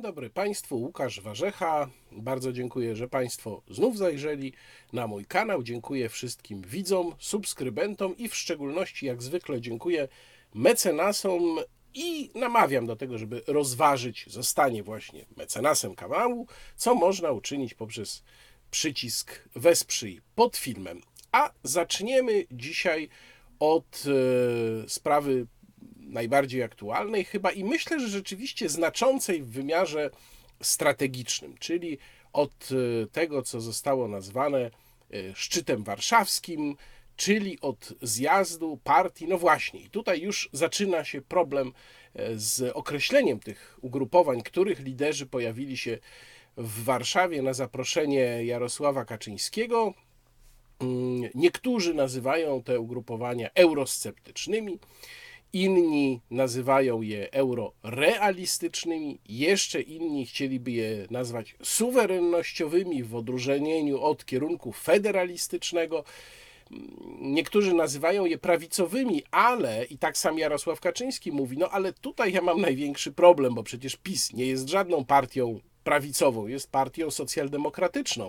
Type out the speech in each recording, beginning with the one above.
dobry Państwu, Łukasz Warzecha. Bardzo dziękuję, że Państwo znów zajrzeli na mój kanał. Dziękuję wszystkim widzom, subskrybentom i w szczególności, jak zwykle, dziękuję mecenasom i namawiam do tego, żeby rozważyć zostanie właśnie mecenasem kanału, co można uczynić poprzez przycisk Wesprzyj pod filmem. A zaczniemy dzisiaj od sprawy najbardziej aktualnej chyba i myślę, że rzeczywiście znaczącej w wymiarze strategicznym, czyli od tego, co zostało nazwane szczytem warszawskim, czyli od zjazdu partii. No właśnie, i tutaj już zaczyna się problem z określeniem tych ugrupowań, których liderzy pojawili się w Warszawie na zaproszenie Jarosława Kaczyńskiego. Niektórzy nazywają te ugrupowania eurosceptycznymi, inni nazywają je eurorealistycznymi, jeszcze inni chcieliby je nazwać suwerennościowymi w odróżnieniu od kierunku federalistycznego. Niektórzy nazywają je prawicowymi, ale i tak sam Jarosław Kaczyński mówi, no ale tutaj ja mam największy problem, bo przecież PiS nie jest żadną partią prawicową, jest partią socjaldemokratyczną.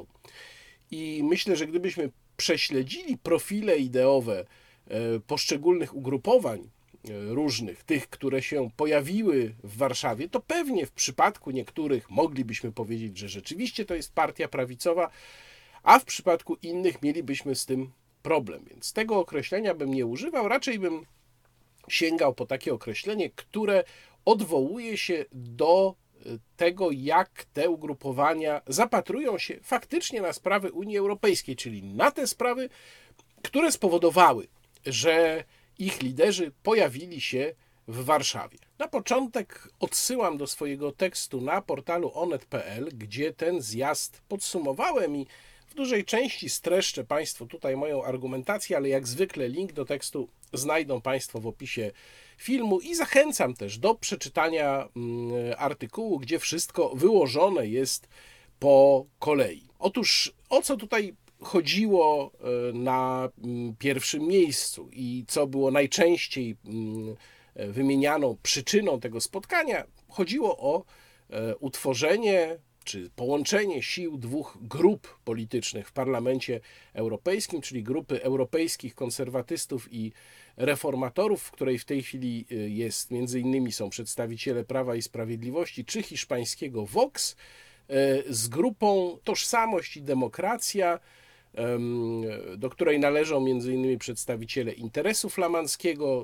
I myślę, że gdybyśmy prześledzili profile ideowe poszczególnych ugrupowań różnych, tych, które się pojawiły w Warszawie, to pewnie w przypadku niektórych moglibyśmy powiedzieć, że rzeczywiście to jest partia prawicowa, a w przypadku innych mielibyśmy z tym problem. Więc tego określenia bym nie używał, raczej bym sięgał po takie określenie, które odwołuje się do tego, jak te ugrupowania zapatrują się faktycznie na sprawy Unii Europejskiej, czyli na te sprawy, które spowodowały, że ich liderzy pojawili się w Warszawie. Na początek odsyłam do swojego tekstu na portalu onet.pl, gdzie ten zjazd podsumowałem i w dużej części streszczę Państwu tutaj moją argumentację, ale jak zwykle link do tekstu znajdą Państwo w opisie filmu i zachęcam też do przeczytania artykułu, gdzie wszystko wyłożone jest po kolei. Otóż o co tutaj chodziło na pierwszym miejscu i co było najczęściej wymienianą przyczyną tego spotkania? Chodziło o utworzenie czy połączenie sił dwóch grup politycznych w Parlamencie Europejskim, czyli grupy europejskich konserwatystów i reformatorów, w której w tej chwili jest, między innymi są przedstawiciele Prawa i Sprawiedliwości, czy hiszpańskiego Vox, z grupą Tożsamość i Demokracja, do której należą m.in. przedstawiciele interesu flamandzkiego,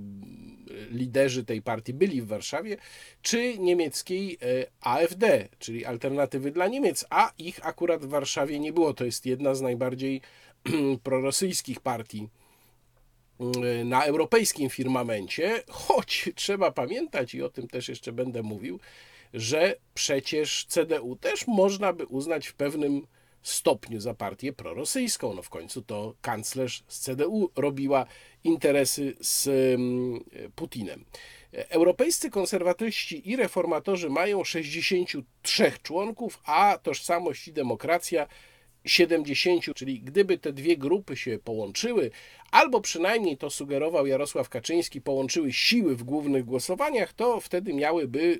liderzy tej partii byli w Warszawie, czy niemieckiej AfD, czyli Alternatywy dla Niemiec, a ich akurat w Warszawie nie było. To jest jedna z najbardziej prorosyjskich partii na europejskim firmamencie, choć trzeba pamiętać, i o tym też jeszcze będę mówił, że przecież CDU też można by uznać w pewnym stopniu za partię prorosyjską. No w końcu to kanclerz z CDU robiła interesy z Putinem. Europejscy konserwatyści i reformatorzy mają 63 członków, a Tożsamość i Demokracja 70, czyli gdyby te dwie grupy się połączyły, albo przynajmniej to sugerował Jarosław Kaczyński, połączyły siły w głównych głosowaniach, to wtedy miałyby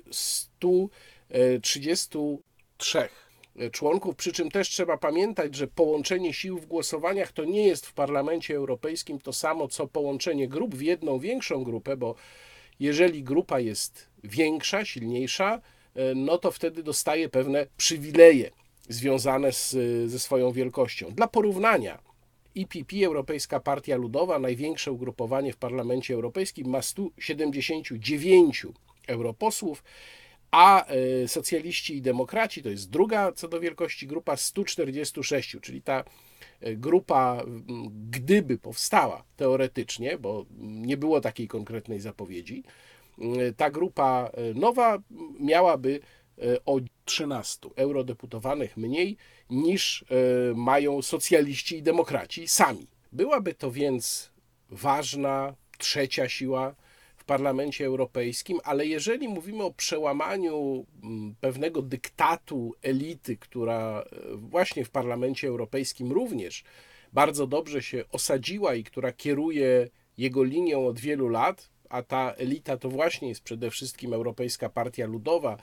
133 członków, przy czym też trzeba pamiętać, że połączenie sił w głosowaniach to nie jest w Parlamencie Europejskim to samo, co połączenie grup w jedną większą grupę, bo jeżeli grupa jest większa, silniejsza, no to wtedy dostaje pewne przywileje związane ze swoją wielkością. Dla porównania, EPP, Europejska Partia Ludowa, największe ugrupowanie w Parlamencie Europejskim, ma 179 europosłów, a socjaliści i demokraci, to jest druga co do wielkości grupa, 146, czyli ta grupa, gdyby powstała teoretycznie, bo nie było takiej konkretnej zapowiedzi, ta grupa nowa miałaby o 13 eurodeputowanych mniej niż mają socjaliści i demokraci sami. Byłaby to więc ważna trzecia siła w Parlamencie Europejskim, ale jeżeli mówimy o przełamaniu pewnego dyktatu elity, która właśnie w Parlamencie Europejskim również bardzo dobrze się osadziła i która kieruje jego linią od wielu lat, a ta elita to właśnie jest przede wszystkim Europejska Partia Ludowa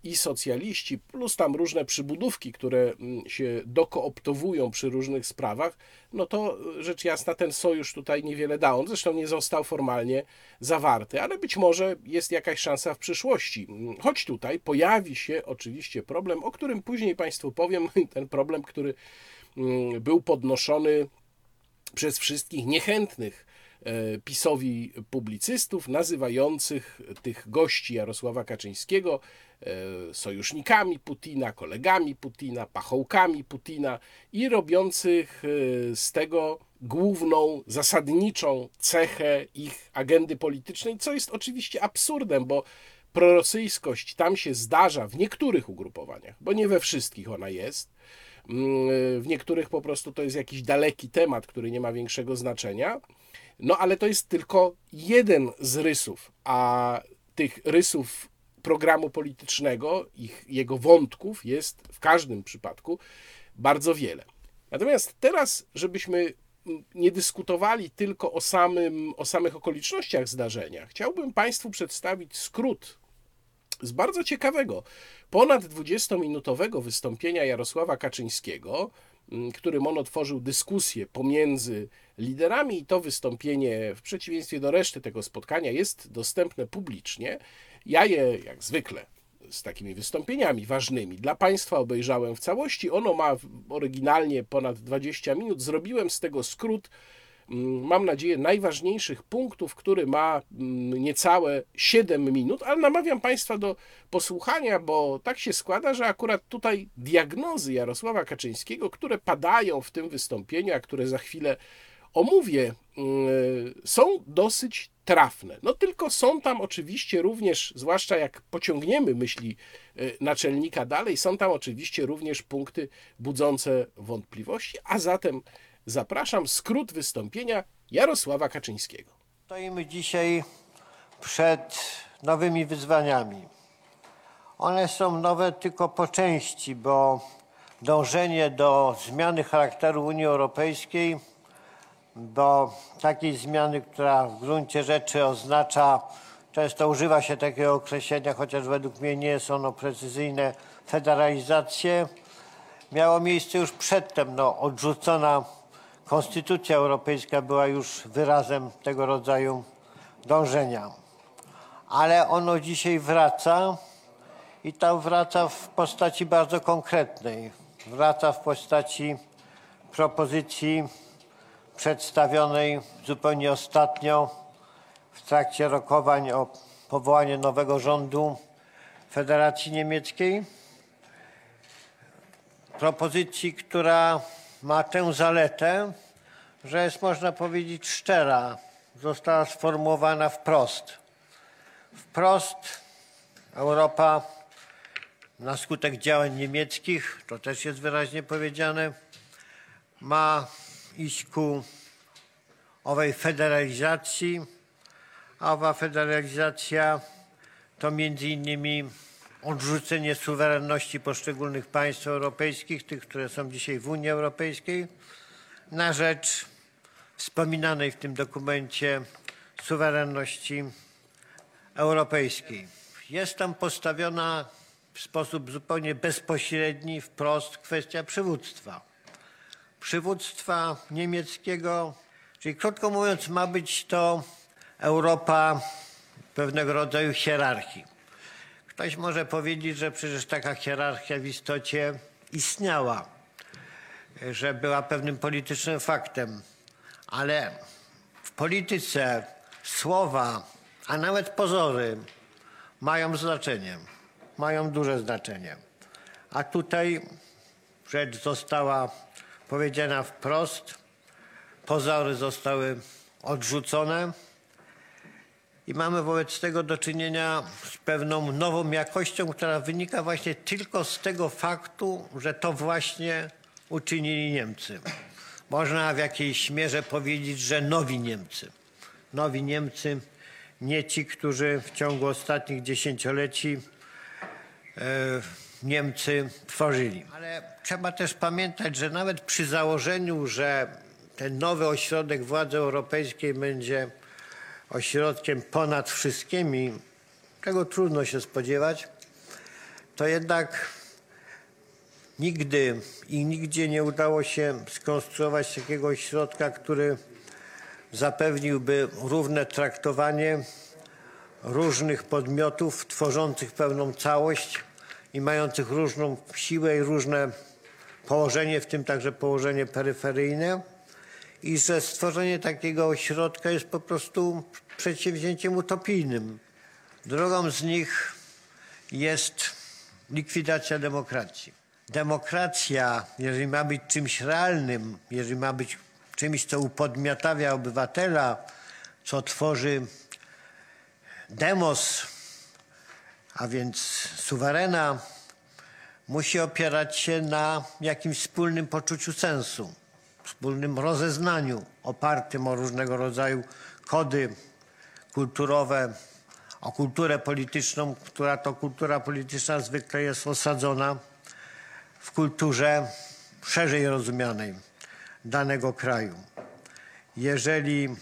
i socjaliści, plus tam różne przybudówki, które się dokooptowują przy różnych sprawach, no to rzecz jasna ten sojusz tutaj niewiele da. On zresztą nie został formalnie zawarty, ale być może jest jakaś szansa w przyszłości. Choć tutaj pojawi się oczywiście problem, o którym później Państwu powiem, ten problem, który był podnoszony przez wszystkich niechętnych PiS-owi publicystów, nazywających tych gości Jarosława Kaczyńskiego sojusznikami Putina, kolegami Putina, pachołkami Putina i robiących z tego główną, zasadniczą cechę ich agendy politycznej, co jest oczywiście absurdem, bo prorosyjskość tam się zdarza w niektórych ugrupowaniach, bo nie we wszystkich ona jest. W niektórych po prostu to jest jakiś daleki temat, który nie ma większego znaczenia. No ale to jest tylko jeden z rysów, a tych rysów programu politycznego, jego wątków jest w każdym przypadku bardzo wiele. Natomiast teraz, żebyśmy nie dyskutowali tylko o samych okolicznościach zdarzenia, chciałbym Państwu przedstawić skrót z bardzo ciekawego, ponad 20-minutowego wystąpienia Jarosława Kaczyńskiego, którym on otworzył dyskusję pomiędzy liderami i to wystąpienie, w przeciwieństwie do reszty tego spotkania, jest dostępne publicznie. Ja je, jak zwykle, z takimi wystąpieniami ważnymi dla Państwa obejrzałem w całości. Ono ma oryginalnie ponad 20 minut. Zrobiłem z tego skrót, mam nadzieję, najważniejszych punktów, który ma niecałe 7 minut, ale namawiam Państwa do posłuchania, bo tak się składa, że akurat tutaj diagnozy Jarosława Kaczyńskiego, które padają w tym wystąpieniu, a które za chwilę omówię, są dosyć trafne. No tylko są tam oczywiście również, zwłaszcza jak pociągniemy myśli naczelnika dalej, są tam oczywiście również punkty budzące wątpliwości, a zatem zapraszam, skrót wystąpienia Jarosława Kaczyńskiego. Stoimy dzisiaj przed nowymi wyzwaniami. One są nowe tylko po części, bo dążenie do zmiany charakteru Unii Europejskiej, do takiej zmiany, która w gruncie rzeczy oznacza, często używa się takiego określenia, chociaż według mnie nie jest ono precyzyjne, federalizację, miało miejsce już przedtem. Odrzucona Konstytucja Europejska była już wyrazem tego rodzaju dążenia. Ale ono dzisiaj wraca i to wraca w postaci bardzo konkretnej. Wraca w postaci propozycji przedstawionej zupełnie ostatnio w trakcie rokowań o powołanie nowego rządu Federacji Niemieckiej. Propozycji, która ma tę zaletę, że jest, można powiedzieć, szczera. Została sformułowana wprost. Wprost Europa na skutek działań niemieckich, to też jest wyraźnie powiedziane, ma iść ku owej federalizacji, a owa federalizacja to między innymi odrzucenie suwerenności poszczególnych państw europejskich, tych, które są dzisiaj w Unii Europejskiej, na rzecz wspominanej w tym dokumencie suwerenności europejskiej. Jest tam postawiona w sposób zupełnie bezpośredni, wprost kwestia przywództwa. Przywództwa niemieckiego, czyli krótko mówiąc, ma być to Europa pewnego rodzaju hierarchii. Ktoś może powiedzieć, że przecież taka hierarchia w istocie istniała, że była pewnym politycznym faktem, ale w polityce słowa, a nawet pozory mają znaczenie, mają duże znaczenie. A tutaj rzecz została powiedziana wprost, pozory zostały odrzucone i mamy wobec tego do czynienia z pewną nową jakością, która wynika właśnie tylko z tego faktu, że to właśnie uczynili Niemcy. Można w jakiejś mierze powiedzieć, że nowi Niemcy. Nowi Niemcy, nie ci, którzy w ciągu ostatnich dziesięcioleci Niemcy tworzyli. Ale trzeba też pamiętać, że nawet przy założeniu, że ten nowy ośrodek władzy europejskiej będzie ośrodkiem ponad wszystkimi, czego trudno się spodziewać, to jednak nigdy i nigdzie nie udało się skonstruować takiego środka, który zapewniłby równe traktowanie różnych podmiotów tworzących pewną całość i mających różną siłę i różne położenie, w tym także położenie peryferyjne, i że stworzenie takiego ośrodka jest po prostu przedsięwzięciem utopijnym. Drugą z nich jest likwidacja demokracji. Demokracja, jeżeli ma być czymś realnym, jeżeli ma być czymś, co upodmiotawia obywatela, co tworzy demos, a więc suwerena, musi opierać się na jakimś wspólnym poczuciu sensu, wspólnym rozeznaniu opartym o różnego rodzaju kody kulturowe, o kulturę polityczną, która to kultura polityczna zwykle jest osadzona w kulturze szerzej rozumianej danego kraju. Jeżeli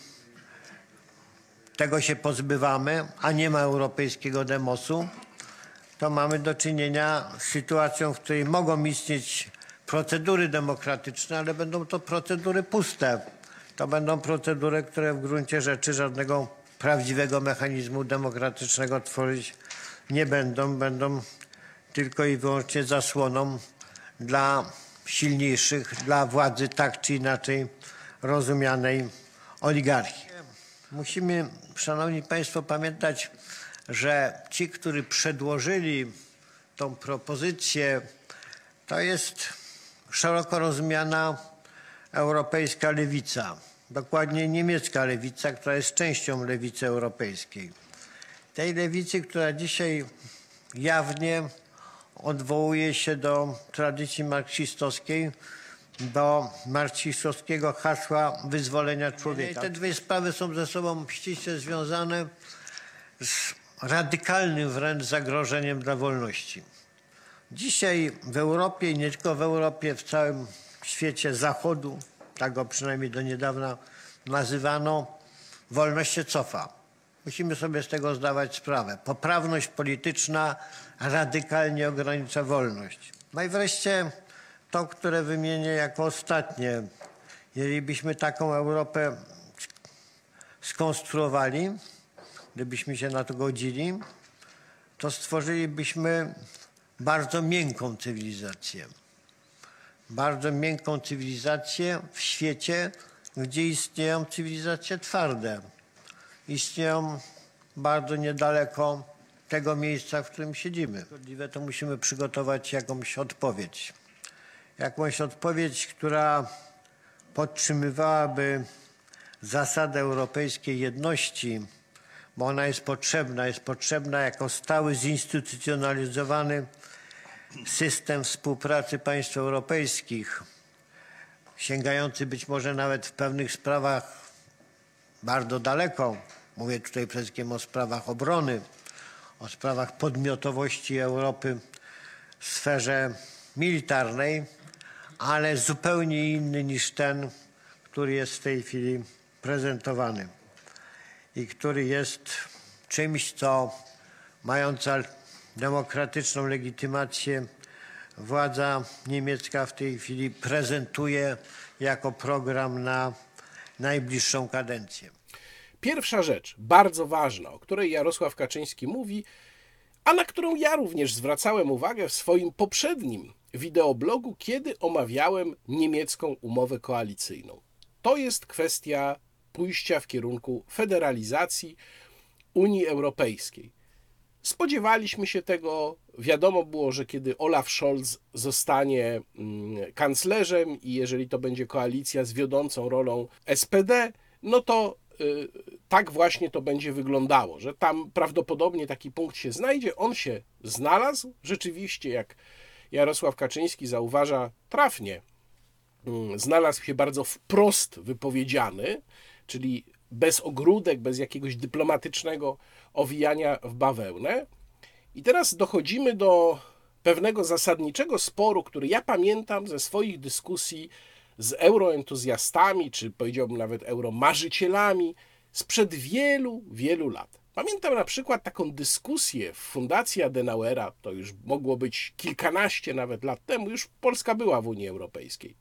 tego się pozbywamy, a nie ma europejskiego demosu, to mamy do czynienia z sytuacją, w której mogą istnieć procedury demokratyczne, ale będą to procedury puste. To będą procedury, które w gruncie rzeczy żadnego prawdziwego mechanizmu demokratycznego tworzyć nie będą. Będą tylko i wyłącznie zasłoną dla silniejszych, dla władzy tak czy inaczej rozumianej oligarchii. Musimy, szanowni państwo, pamiętać, że ci, którzy przedłożyli tą propozycję, to jest szeroko rozumiana europejska lewica, dokładnie niemiecka lewica, która jest częścią lewicy europejskiej. Tej lewicy, która dzisiaj jawnie odwołuje się do tradycji marksistowskiej, do marksistowskiego hasła wyzwolenia człowieka. Te dwie sprawy są ze sobą ściśle związane z radykalnym wręcz zagrożeniem dla wolności. Dzisiaj w Europie i nie tylko w Europie, w całym świecie Zachodu, tak go przynajmniej do niedawna nazywano, wolność się cofa. Musimy sobie z tego zdawać sprawę. Poprawność polityczna radykalnie ogranicza wolność. No i wreszcie to, które wymienię jako ostatnie. Jeżeli byśmy taką Europę skonstruowali, gdybyśmy się na to godzili, to stworzylibyśmy bardzo miękką cywilizację. Bardzo miękką cywilizację w świecie, gdzie istnieją cywilizacje twarde. Istnieją bardzo niedaleko tego miejsca, w którym siedzimy. To musimy przygotować jakąś odpowiedź. Jakąś odpowiedź, która podtrzymywałaby zasadę europejskiej jedności, bo ona jest potrzebna jako stały, zinstytucjonalizowany system współpracy państw europejskich, sięgający być może nawet w pewnych sprawach bardzo daleko. Mówię tutaj przede wszystkim o sprawach obrony, o sprawach podmiotowości Europy w sferze militarnej, ale zupełnie inny niż ten, który jest w tej chwili prezentowany i który jest czymś, co mająca demokratyczną legitymację władza niemiecka w tej chwili prezentuje jako program na najbliższą kadencję. Pierwsza rzecz, bardzo ważna, o której Jarosław Kaczyński mówi, a na którą ja również zwracałem uwagę w swoim poprzednim wideoblogu, kiedy omawiałem niemiecką umowę koalicyjną. To jest kwestia pójścia w kierunku federalizacji Unii Europejskiej. Spodziewaliśmy się tego, wiadomo było, że kiedy Olaf Scholz zostanie kanclerzem i jeżeli to będzie koalicja z wiodącą rolą SPD, no to tak właśnie to będzie wyglądało, że tam prawdopodobnie taki punkt się znajdzie. On się znalazł, rzeczywiście, jak Jarosław Kaczyński zauważa trafnie, znalazł się bardzo wprost wypowiedziany, czyli bez ogródek, bez jakiegoś dyplomatycznego owijania w bawełnę. I teraz dochodzimy do pewnego zasadniczego sporu, który ja pamiętam ze swoich dyskusji z euroentuzjastami, czy powiedziałbym nawet euromarzycielami sprzed wielu, wielu lat. Pamiętam na przykład taką dyskusję w Fundacji Adenauera, to już mogło być kilkanaście nawet lat temu, już Polska była w Unii Europejskiej.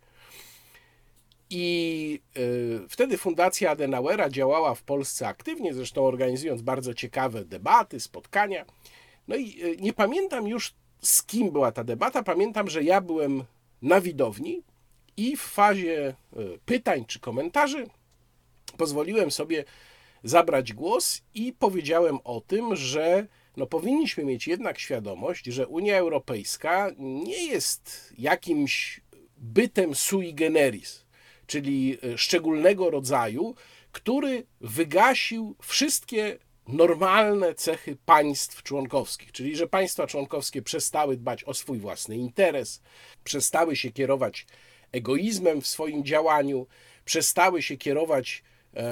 I wtedy Fundacja Adenauera działała w Polsce aktywnie, zresztą organizując bardzo ciekawe debaty, spotkania. No i nie pamiętam już, z kim była ta debata. Pamiętam, że ja byłem na widowni i w fazie pytań czy komentarzy pozwoliłem sobie zabrać głos i powiedziałem o tym, że powinniśmy mieć jednak świadomość, że Unia Europejska nie jest jakimś bytem sui generis, czyli szczególnego rodzaju, który wygasił wszystkie normalne cechy państw członkowskich, czyli że państwa członkowskie przestały dbać o swój własny interes, przestały się kierować egoizmem w swoim działaniu, przestały się kierować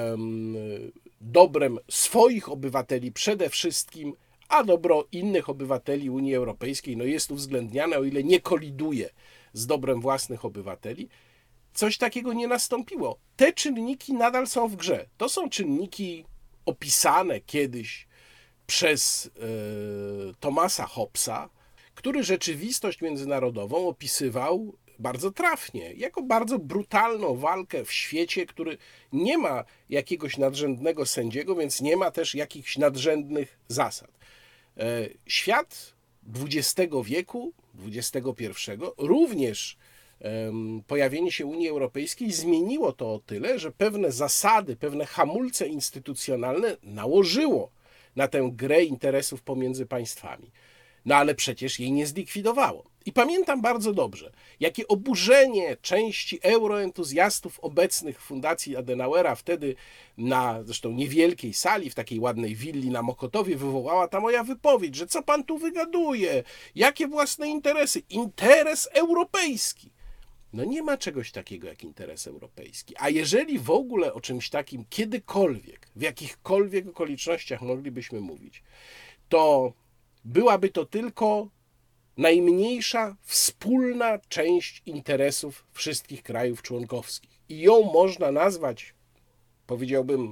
dobrem swoich obywateli przede wszystkim, a dobro innych obywateli Unii Europejskiej jest uwzględniane, o ile nie koliduje z dobrem własnych obywateli. Coś takiego nie nastąpiło. Te czynniki nadal są w grze. To są czynniki opisane kiedyś przez Thomasa Hobbesa, który rzeczywistość międzynarodową opisywał bardzo trafnie, jako bardzo brutalną walkę w świecie, który nie ma jakiegoś nadrzędnego sędziego, więc nie ma też jakichś nadrzędnych zasad. Świat XX wieku, XXI, również pojawienie się Unii Europejskiej zmieniło to o tyle, że pewne zasady, pewne hamulce instytucjonalne nałożyło na tę grę interesów pomiędzy państwami. No ale przecież jej nie zlikwidowało. I pamiętam bardzo dobrze, jakie oburzenie części euroentuzjastów obecnych w Fundacji Adenauera wtedy na zresztą niewielkiej sali, w takiej ładnej willi na Mokotowie wywołała ta moja wypowiedź, że co pan tu wygaduje, jakie własne interesy, interes europejski. No nie ma czegoś takiego jak interes europejski. A jeżeli w ogóle o czymś takim kiedykolwiek, w jakichkolwiek okolicznościach moglibyśmy mówić, to byłaby to tylko najmniejsza wspólna część interesów wszystkich krajów członkowskich. I ją można nazwać, powiedziałbym,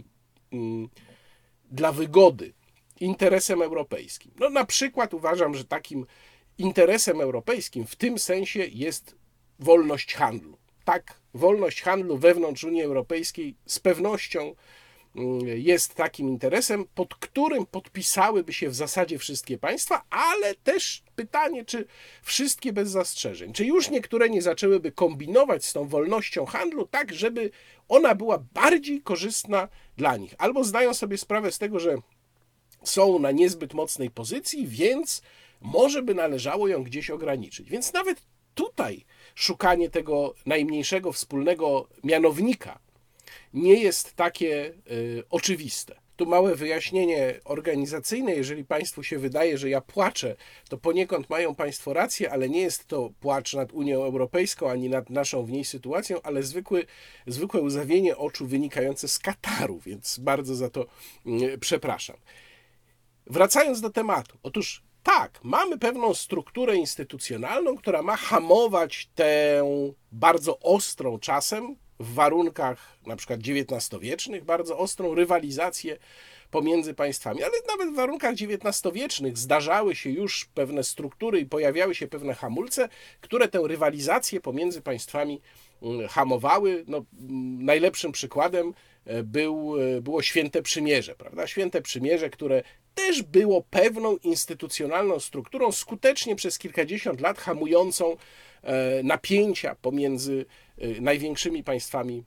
dla wygody, interesem europejskim. No na przykład uważam, że takim interesem europejskim w tym sensie jest wolność handlu. Tak, wolność handlu wewnątrz Unii Europejskiej z pewnością jest takim interesem, pod którym podpisałyby się w zasadzie wszystkie państwa, ale też pytanie, czy wszystkie bez zastrzeżeń. Czy już niektóre nie zaczęłyby kombinować z tą wolnością handlu tak, żeby ona była bardziej korzystna dla nich. Albo zdają sobie sprawę z tego, że są na niezbyt mocnej pozycji, więc może by należało ją gdzieś ograniczyć. Więc nawet tutaj szukanie tego najmniejszego wspólnego mianownika nie jest takie oczywiste. Tu małe wyjaśnienie organizacyjne. Jeżeli Państwu się wydaje, że ja płaczę, to poniekąd mają Państwo rację, ale nie jest to płacz nad Unią Europejską ani nad naszą w niej sytuacją, ale zwykłe łzawienie oczu wynikające z kataru, więc bardzo za to przepraszam. Wracając do tematu. Otóż tak, mamy pewną strukturę instytucjonalną, która ma hamować tę bardzo ostrą czasem, w warunkach na przykład XIX-wiecznych, bardzo ostrą rywalizację pomiędzy państwami. Ale nawet w warunkach XIX-wiecznych zdarzały się już pewne struktury i pojawiały się pewne hamulce, które tę rywalizację pomiędzy hamowały. Najlepszym przykładem było Święte Przymierze, prawda? Święte Przymierze, które też było pewną instytucjonalną strukturą, skutecznie przez kilkadziesiąt lat hamującą napięcia pomiędzy największymi państwami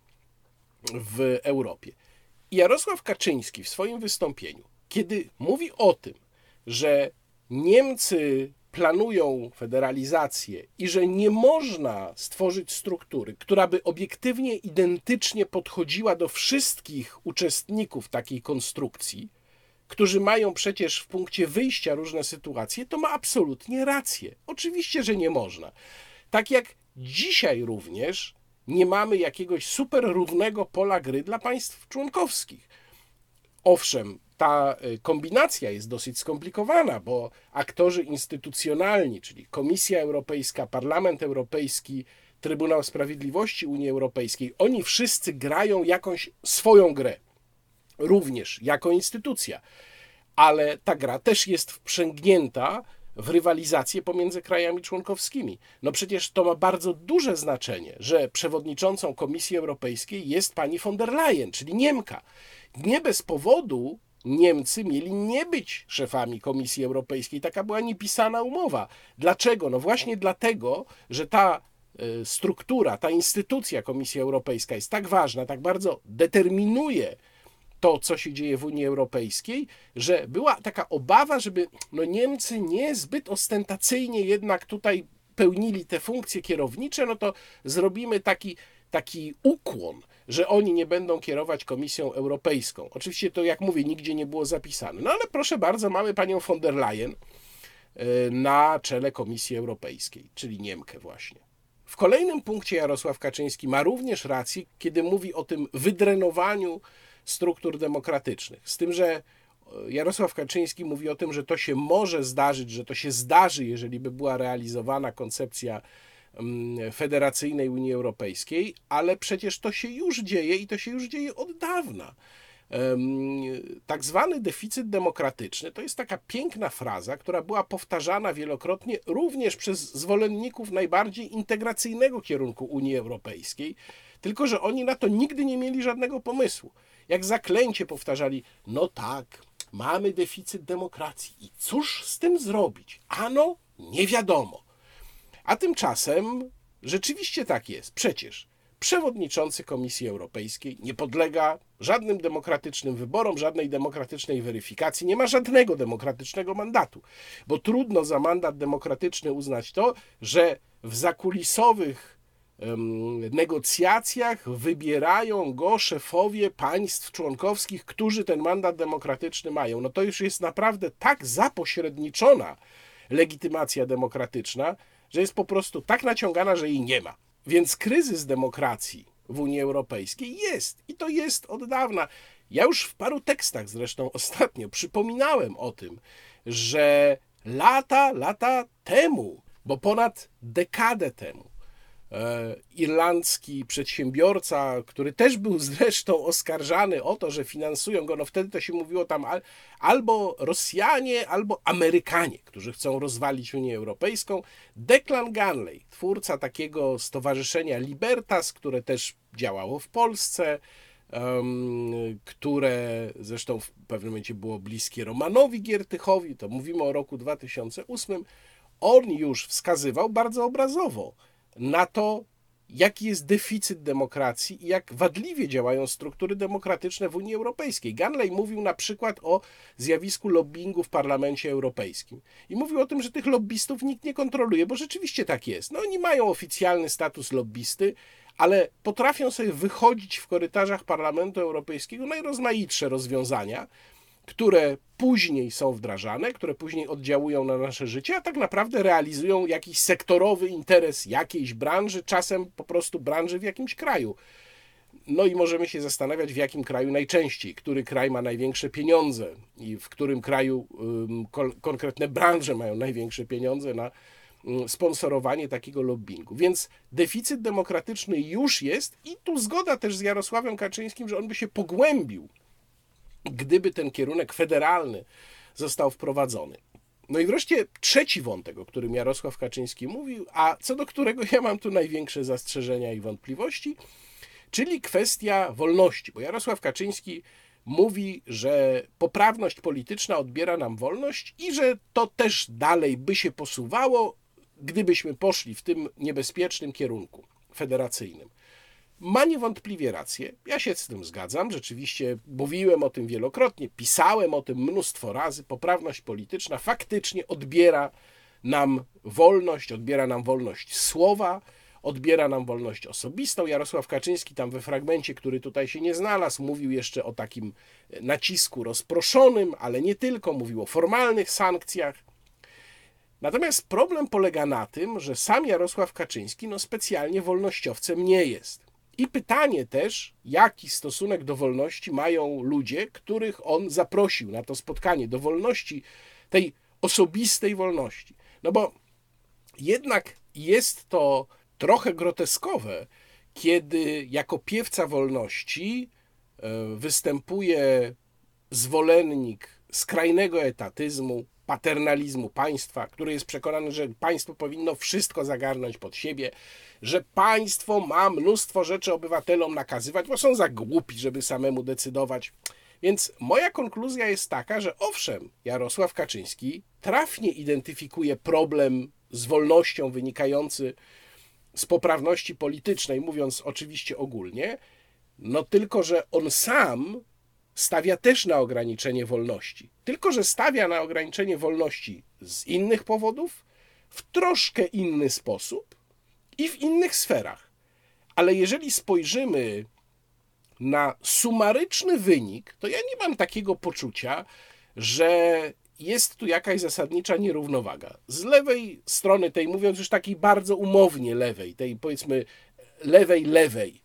w Europie. I Jarosław Kaczyński w swoim wystąpieniu, kiedy mówi o tym, że Niemcy planują federalizację i że nie można stworzyć struktury, która by obiektywnie identycznie podchodziła do wszystkich uczestników takiej konstrukcji, którzy mają przecież w punkcie wyjścia różne sytuacje, to ma absolutnie rację. Oczywiście, że nie można. Tak jak dzisiaj również nie mamy jakiegoś super równego pola gry dla państw członkowskich. Owszem, ta kombinacja jest dosyć skomplikowana, bo aktorzy instytucjonalni, czyli Komisja Europejska, Parlament Europejski, Trybunał Sprawiedliwości Unii Europejskiej, oni wszyscy grają jakąś swoją grę, również jako instytucja. ale ta gra też jest wprzęgnięta w rywalizację pomiędzy krajami członkowskimi. No przecież to ma bardzo duże znaczenie, że przewodniczącą Komisji Europejskiej jest pani von der Leyen, czyli Niemka. Nie bez powodu Niemcy mieli nie być szefami Komisji Europejskiej. Taka była niepisana umowa. Dlaczego? No właśnie dlatego, że ta struktura, ta instytucja Komisja Europejska jest tak ważna, tak bardzo determinuje to, co się dzieje w Unii Europejskiej, że była taka obawa, żeby Niemcy nie zbyt ostentacyjnie jednak tutaj pełnili te funkcje kierownicze, no to zrobimy taki ukłon, że oni nie będą kierować Komisją Europejską. Oczywiście to, jak mówię, nigdzie nie było zapisane. No ale proszę bardzo, mamy panią von der Leyen na czele Komisji Europejskiej, czyli Niemkę właśnie. W kolejnym punkcie Jarosław Kaczyński ma również rację, kiedy mówi o tym wydrenowaniu struktur demokratycznych. Z tym, że Jarosław Kaczyński mówi o tym, że to się może zdarzyć, że to się zdarzy, jeżeli by była realizowana koncepcja federacyjnej Unii Europejskiej, ale przecież to się już dzieje i to się już dzieje od dawna. Tak zwany deficyt demokratyczny to jest taka piękna fraza, która była powtarzana wielokrotnie również przez zwolenników najbardziej integracyjnego kierunku Unii Europejskiej, tylko że oni na to nigdy nie mieli żadnego pomysłu. Jak zaklęcie powtarzali, no tak, mamy deficyt demokracji i cóż z tym zrobić? Ano, nie wiadomo. A tymczasem rzeczywiście tak jest. Przecież przewodniczący Komisji Europejskiej nie podlega żadnym demokratycznym wyborom, żadnej demokratycznej weryfikacji, nie ma żadnego demokratycznego mandatu, bo trudno za mandat demokratyczny uznać to, że w zakulisowych negocjacjach wybierają go szefowie państw członkowskich, którzy ten mandat demokratyczny mają. No to już jest naprawdę tak zapośredniczona legitymacja demokratyczna, że jest po prostu tak naciągana, że jej nie ma. Więc kryzys demokracji w Unii Europejskiej jest i to jest od dawna. Ja już w paru tekstach zresztą ostatnio przypominałem o tym, że lata temu, bo ponad dekadę temu, irlandzki przedsiębiorca, który też był zresztą oskarżany o to, że finansują go, no wtedy to się mówiło tam albo Rosjanie, albo Amerykanie, którzy chcą rozwalić Unię Europejską. Declan Ganley, twórca takiego stowarzyszenia Libertas, które też działało w Polsce, które zresztą w pewnym momencie było bliskie Romanowi Giertychowi, to mówimy o roku 2008, on już wskazywał bardzo obrazowo na to, jaki jest deficyt demokracji i jak wadliwie działają struktury demokratyczne w Unii Europejskiej. Ganley mówił na przykład o zjawisku lobbingu w Parlamencie Europejskim. I mówił o tym, że tych lobbystów nikt nie kontroluje, bo rzeczywiście tak jest. No oni mają oficjalny status lobbysty, ale potrafią sobie wychodzić w korytarzach Parlamentu Europejskiego najrozmaitsze rozwiązania, które później są wdrażane, które później oddziałują na nasze życie, a tak naprawdę realizują jakiś sektorowy interes jakiejś branży, czasem po prostu branży w jakimś kraju. No i możemy się zastanawiać, w jakim kraju najczęściej, który kraj ma największe pieniądze i w którym kraju konkretne branże mają największe pieniądze na sponsorowanie takiego lobbingu. Więc deficyt demokratyczny już jest i tu zgoda też z Jarosławem Kaczyńskim, że on by się pogłębił, gdyby ten kierunek federalny został wprowadzony. No i wreszcie trzeci wątek, o którym Jarosław Kaczyński mówił, a co do którego ja mam tu największe zastrzeżenia i wątpliwości, czyli kwestia wolności, bo Jarosław Kaczyński mówi, że poprawność polityczna odbiera nam wolność i że to też dalej by się posuwało, gdybyśmy poszli w tym niebezpiecznym kierunku federacyjnym. Ma niewątpliwie rację, ja się z tym zgadzam, rzeczywiście mówiłem o tym wielokrotnie, pisałem o tym mnóstwo razy, poprawność polityczna faktycznie odbiera nam wolność słowa, odbiera nam wolność osobistą. Jarosław Kaczyński tam we fragmencie, który tutaj się nie znalazł, mówił jeszcze o takim nacisku rozproszonym, ale nie tylko, mówił o formalnych sankcjach. Natomiast problem polega na tym, że sam Jarosław Kaczyński specjalnie wolnościowcem nie jest. I pytanie też, jaki stosunek do wolności mają ludzie, których on zaprosił na to spotkanie, do wolności, tej osobistej wolności. No bo jednak jest to trochę groteskowe, kiedy jako piewca wolności występuje zwolennik skrajnego etatyzmu, paternalizmu państwa, który jest przekonany, że państwo powinno wszystko zagarnąć pod siebie, że państwo ma mnóstwo rzeczy obywatelom nakazywać, bo są za głupi, żeby samemu decydować. Więc moja konkluzja jest taka, że owszem, Jarosław Kaczyński trafnie identyfikuje problem z wolnością wynikający z poprawności politycznej, mówiąc oczywiście ogólnie, no tylko, że on sam stawia też na ograniczenie wolności. Tylko, że stawia na ograniczenie wolności z innych powodów, w troszkę inny sposób i w innych sferach. Ale jeżeli spojrzymy na sumaryczny wynik, to ja nie mam takiego poczucia, że jest tu jakaś zasadnicza nierównowaga. Z lewej strony tej, mówiąc już takiej bardzo umownie lewej, tej powiedzmy lewej,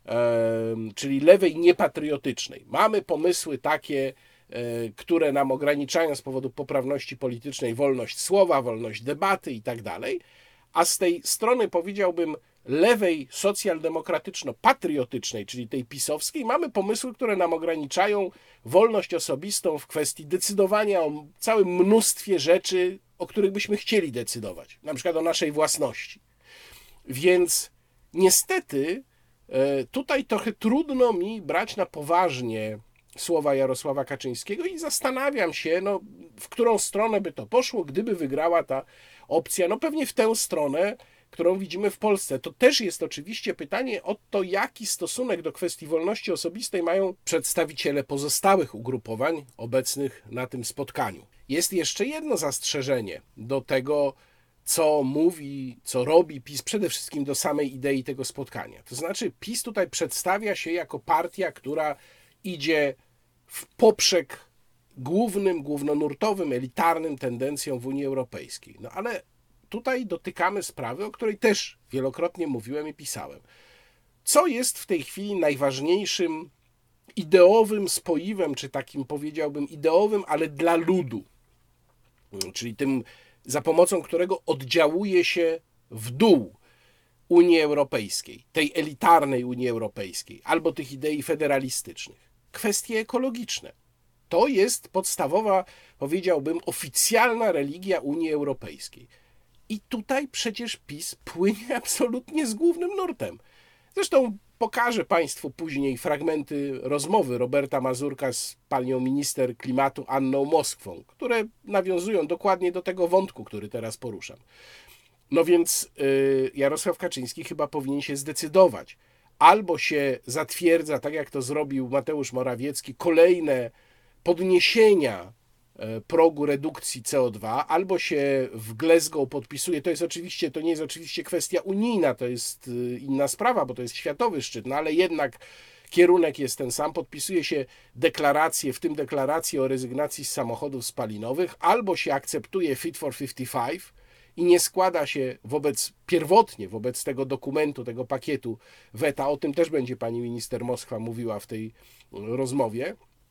czyli lewej niepatriotycznej, mamy pomysły takie, które nam ograniczają z powodu poprawności politycznej wolność słowa, wolność debaty i tak dalej, a z tej strony, powiedziałbym, lewej socjaldemokratyczno-patriotycznej, czyli tej pisowskiej, mamy pomysły, które nam ograniczają wolność osobistą w kwestii decydowania o całym mnóstwie rzeczy, o których byśmy chcieli decydować, na przykład o naszej własności. Więc niestety tutaj trochę trudno mi brać na poważnie słowa Jarosława Kaczyńskiego i zastanawiam się, no, w którą stronę by to poszło, gdyby wygrała ta opcja. No pewnie w tę stronę, którą widzimy w Polsce. To też jest oczywiście pytanie o to, jaki stosunek do kwestii wolności osobistej mają przedstawiciele pozostałych ugrupowań obecnych na tym spotkaniu. Jest jeszcze jedno zastrzeżenie do tego, co mówi, co robi PiS, przede wszystkim do samej idei tego spotkania. To znaczy PiS tutaj przedstawia się jako partia, która idzie w poprzek głównonurtowym, elitarnym tendencjom w Unii Europejskiej. No ale tutaj dotykamy sprawy, o której też wielokrotnie mówiłem i pisałem. Co jest w tej chwili najważniejszym ideowym spoiwem, czy takim powiedziałbym ideowym, ale dla ludu, czyli tym, za pomocą którego oddziałuje się w dół Unii Europejskiej, tej elitarnej Unii Europejskiej, albo tych idei federalistycznych. Kwestie ekologiczne. To jest podstawowa, powiedziałbym, oficjalna religia Unii Europejskiej. I tutaj przecież PiS płynie absolutnie z głównym nurtem. Zresztą pokażę Państwu później fragmenty rozmowy Roberta Mazurka z panią minister klimatu Anną Moskwą, które nawiązują dokładnie do tego wątku, który teraz poruszam. No więc Jarosław Kaczyński chyba powinien się zdecydować. Albo się zatwierdza, tak jak to zrobił Mateusz Morawiecki, kolejne podniesienia progu redukcji CO2, albo się w Glasgow podpisuje, to nie jest oczywiście kwestia unijna, to jest inna sprawa, bo to jest światowy szczyt, no ale jednak kierunek jest ten sam, podpisuje się deklaracje, w tym deklarację o rezygnacji z samochodów spalinowych, albo się akceptuje Fit for 55 i nie składa się pierwotnie wobec tego dokumentu, tego pakietu weta, o tym też będzie pani minister Moskwa mówiła w tej rozmowie,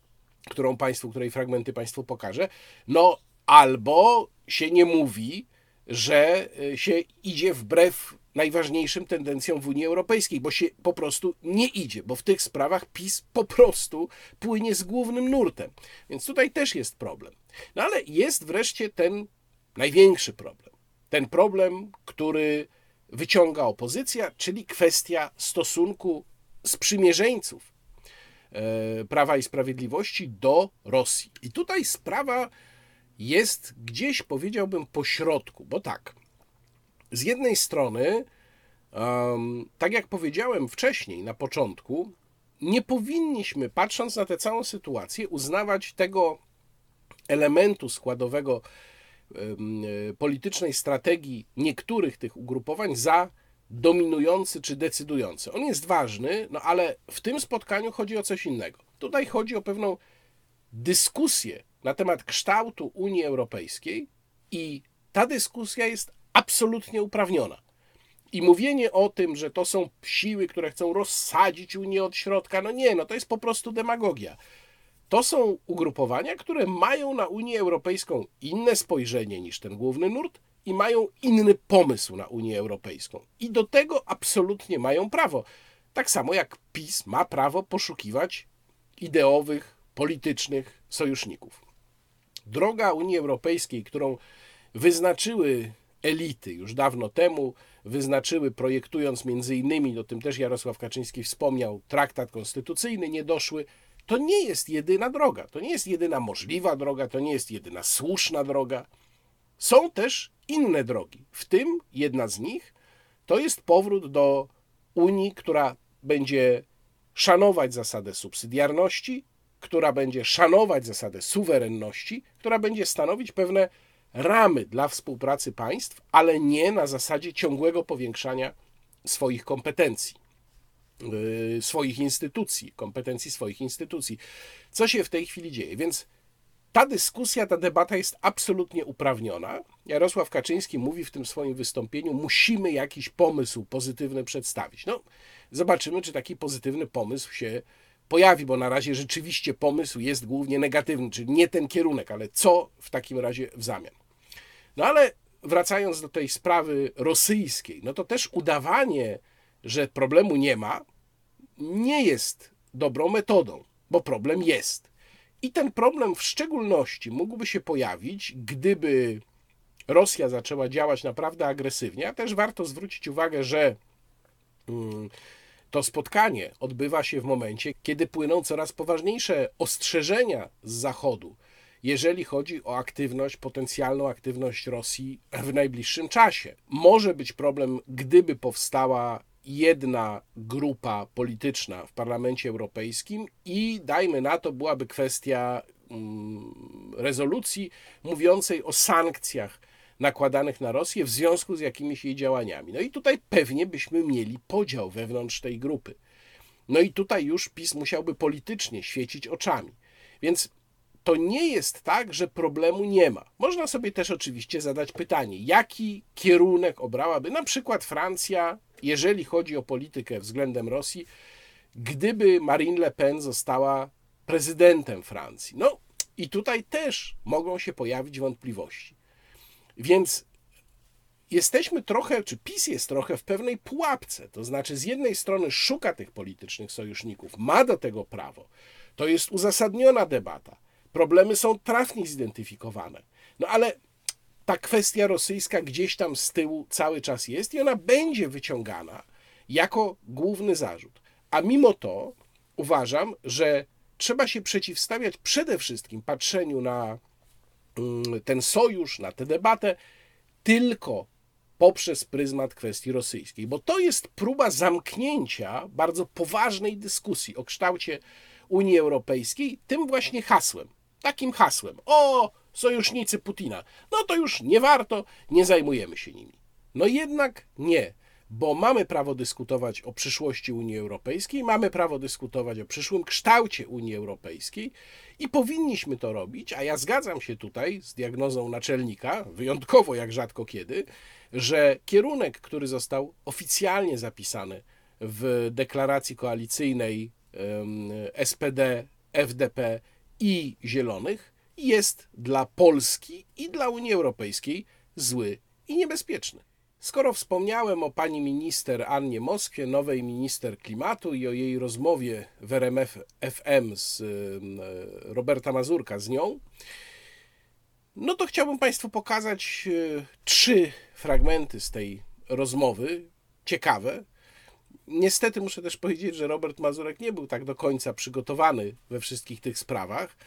której fragmenty Państwu pokażę, no albo się nie mówi, że się idzie wbrew najważniejszym tendencjom w Unii Europejskiej, bo się po prostu nie idzie, bo w tych sprawach PiS po prostu płynie z głównym nurtem. Więc tutaj też jest problem. No ale jest wreszcie ten największy problem. Ten problem, który wyciąga opozycja, czyli kwestia stosunku sprzymierzeńców Prawa i Sprawiedliwości do Rosji. I tutaj sprawa jest gdzieś, powiedziałbym, po środku, bo tak, z jednej strony, tak jak powiedziałem wcześniej, na początku, nie powinniśmy, patrząc na tę całą sytuację, uznawać tego elementu składowego politycznej strategii niektórych tych ugrupowań za dominujący czy decydujący. On jest ważny, no ale w tym spotkaniu chodzi o coś innego. Tutaj chodzi o pewną dyskusję na temat kształtu Unii Europejskiej i ta dyskusja jest absolutnie uprawniona. I mówienie o tym, że to są siły, które chcą rozsadzić Unię od środka, no nie, no to jest po prostu demagogia. To są ugrupowania, które mają na Unię Europejską inne spojrzenie niż ten główny nurt i mają inny pomysł na Unię Europejską. I do tego absolutnie mają prawo. Tak samo jak PiS ma prawo poszukiwać ideowych, politycznych sojuszników. Droga Unii Europejskiej, którą wyznaczyły elity już dawno temu, wyznaczyły, projektując między innymi, o tym też Jarosław Kaczyński wspomniał, traktat konstytucyjny niedoszły, to nie jest jedyna droga, to nie jest jedyna możliwa droga, to nie jest jedyna słuszna droga. Są też inne drogi, w tym jedna z nich to jest powrót do Unii, która będzie szanować zasadę subsydiarności, która będzie szanować zasadę suwerenności, która będzie stanowić pewne ramy dla współpracy państw, ale nie na zasadzie ciągłego powiększania swoich kompetencji, swoich instytucji, kompetencji swoich instytucji. Co się w tej chwili dzieje? Więc ta dyskusja, ta debata jest absolutnie uprawniona. Jarosław Kaczyński mówi w tym swoim wystąpieniu, musimy jakiś pomysł pozytywny przedstawić. No, zobaczymy, czy taki pozytywny pomysł się pojawi, bo na razie rzeczywiście pomysł jest głównie negatywny, czyli nie ten kierunek, ale co w takim razie w zamian. No ale wracając do tej sprawy rosyjskiej, no to też udawanie, że problemu nie ma, nie jest dobrą metodą, bo problem jest. I ten problem w szczególności mógłby się pojawić, gdyby Rosja zaczęła działać naprawdę agresywnie, a też warto zwrócić uwagę, że to spotkanie odbywa się w momencie, kiedy płyną coraz poważniejsze ostrzeżenia z Zachodu, jeżeli chodzi o aktywność, potencjalną aktywność Rosji w najbliższym czasie. Może być problem, gdyby powstała jedna grupa polityczna w Parlamencie Europejskim i dajmy na to, byłaby kwestia rezolucji mówiącej o sankcjach nakładanych na Rosję w związku z jakimiś jej działaniami. No i tutaj pewnie byśmy mieli podział wewnątrz tej grupy. No i tutaj już PiS musiałby politycznie świecić oczami. Więc to nie jest tak, że problemu nie ma. Można sobie też oczywiście zadać pytanie, jaki kierunek obrałaby na przykład Francja, jeżeli chodzi o politykę względem Rosji, gdyby Marine Le Pen została prezydentem Francji. No i tutaj też mogą się pojawić wątpliwości. Więc jesteśmy trochę, czy PiS jest trochę w pewnej pułapce. To znaczy z jednej strony szuka tych politycznych sojuszników, ma do tego prawo. To jest uzasadniona debata. Problemy są trafnie zidentyfikowane. No ale ta kwestia rosyjska gdzieś tam z tyłu cały czas jest i ona będzie wyciągana jako główny zarzut. A mimo to uważam, że trzeba się przeciwstawiać przede wszystkim patrzeniu na ten sojusz, na tę debatę tylko poprzez pryzmat kwestii rosyjskiej, bo to jest próba zamknięcia bardzo poważnej dyskusji o kształcie Unii Europejskiej tym właśnie hasłem, takim hasłem, o sojusznicy Putina, no to już nie warto, nie zajmujemy się nimi. No jednak nie, bo mamy prawo dyskutować o przyszłości Unii Europejskiej, mamy prawo dyskutować o przyszłym kształcie Unii Europejskiej i powinniśmy to robić, a ja zgadzam się tutaj z diagnozą naczelnika, wyjątkowo jak rzadko kiedy, że kierunek, który został oficjalnie zapisany w deklaracji koalicyjnej SPD, FDP i Zielonych, jest dla Polski i dla Unii Europejskiej zły i niebezpieczny. Skoro wspomniałem o pani minister Annie Moskwie, nowej minister klimatu i o jej rozmowie w RMF FM z Roberta Mazurka z nią, no to chciałbym Państwu pokazać 3 fragmenty z tej rozmowy, ciekawe. Niestety muszę też powiedzieć, że Robert Mazurek nie był tak do końca przygotowany we wszystkich tych sprawach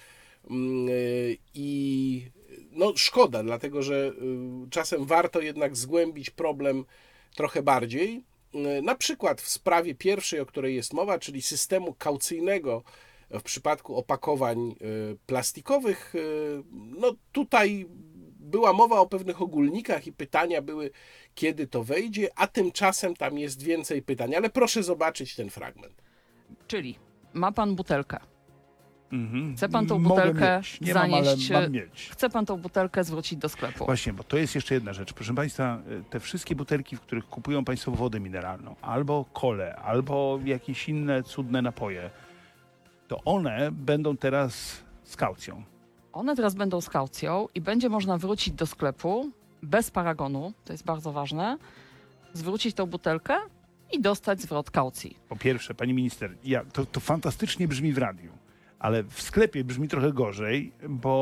i no szkoda, dlatego że czasem warto jednak zgłębić problem trochę bardziej. Na przykład w sprawie pierwszej, o której jest mowa, czyli systemu kaucyjnego w przypadku opakowań plastikowych, no tutaj była mowa o pewnych ogólnikach i pytania były, kiedy to wejdzie, a tymczasem tam jest więcej pytań, ale proszę zobaczyć ten fragment. Czyli ma pan butelkę. Chce pan tą Mogę butelkę mieć. Nie zanieść, mam, ale mam mieć. chce pan tą butelkę zwrócić do sklepu. Właśnie, bo to jest jeszcze jedna rzecz. Proszę Państwa, te wszystkie butelki, w których kupują Państwo wodę mineralną, albo kolę, albo jakieś inne cudne napoje, to one będą teraz z kaucją. One teraz będą z kaucją i będzie można wrócić do sklepu bez paragonu, to jest bardzo ważne, zwrócić tą butelkę i dostać zwrot kaucji. Po pierwsze, Pani Minister, to fantastycznie brzmi w radiu, ale w sklepie brzmi trochę gorzej, bo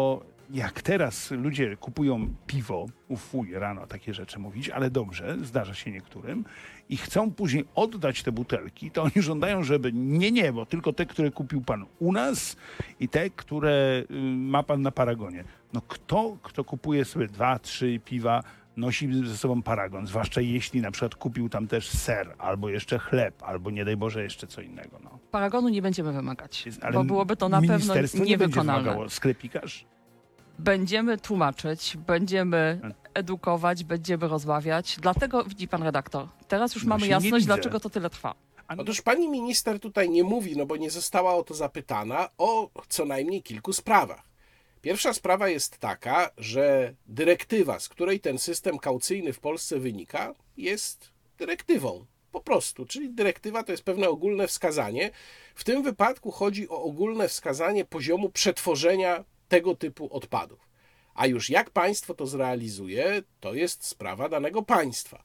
jak teraz ludzie kupują piwo, fuj, rano takie rzeczy mówić, ale dobrze, zdarza się niektórym, i chcą później oddać te butelki, to oni żądają, żeby nie, bo tylko te, które kupił pan u nas i te, które ma pan na Paragonie. No kto kupuje sobie 2-3 piwa, nosi ze sobą Paragon, zwłaszcza jeśli na przykład kupił tam też ser, albo jeszcze chleb, albo nie daj Boże jeszcze co innego. No. Paragonu nie będziemy wymagać, Ale bo byłoby to na pewno ministerstwo nie będzie niewykonalne. wymagało. Sklepikarz? Będziemy tłumaczyć, będziemy edukować, będziemy rozmawiać. Dlatego, widzi pan redaktor, teraz już mamy się nie jasność, widzę. dlaczego to tyle trwa. Otóż pani minister tutaj nie mówi, no bo nie została o to zapytana, o co najmniej kilku sprawach. Pierwsza sprawa jest taka, że dyrektywa, z której ten system kaucyjny w Polsce wynika, jest dyrektywą. Po prostu. Czyli dyrektywa to jest pewne ogólne wskazanie. W tym wypadku chodzi o ogólne wskazanie poziomu przetworzenia tego typu odpadów. A już jak państwo to zrealizuje, to jest sprawa danego państwa.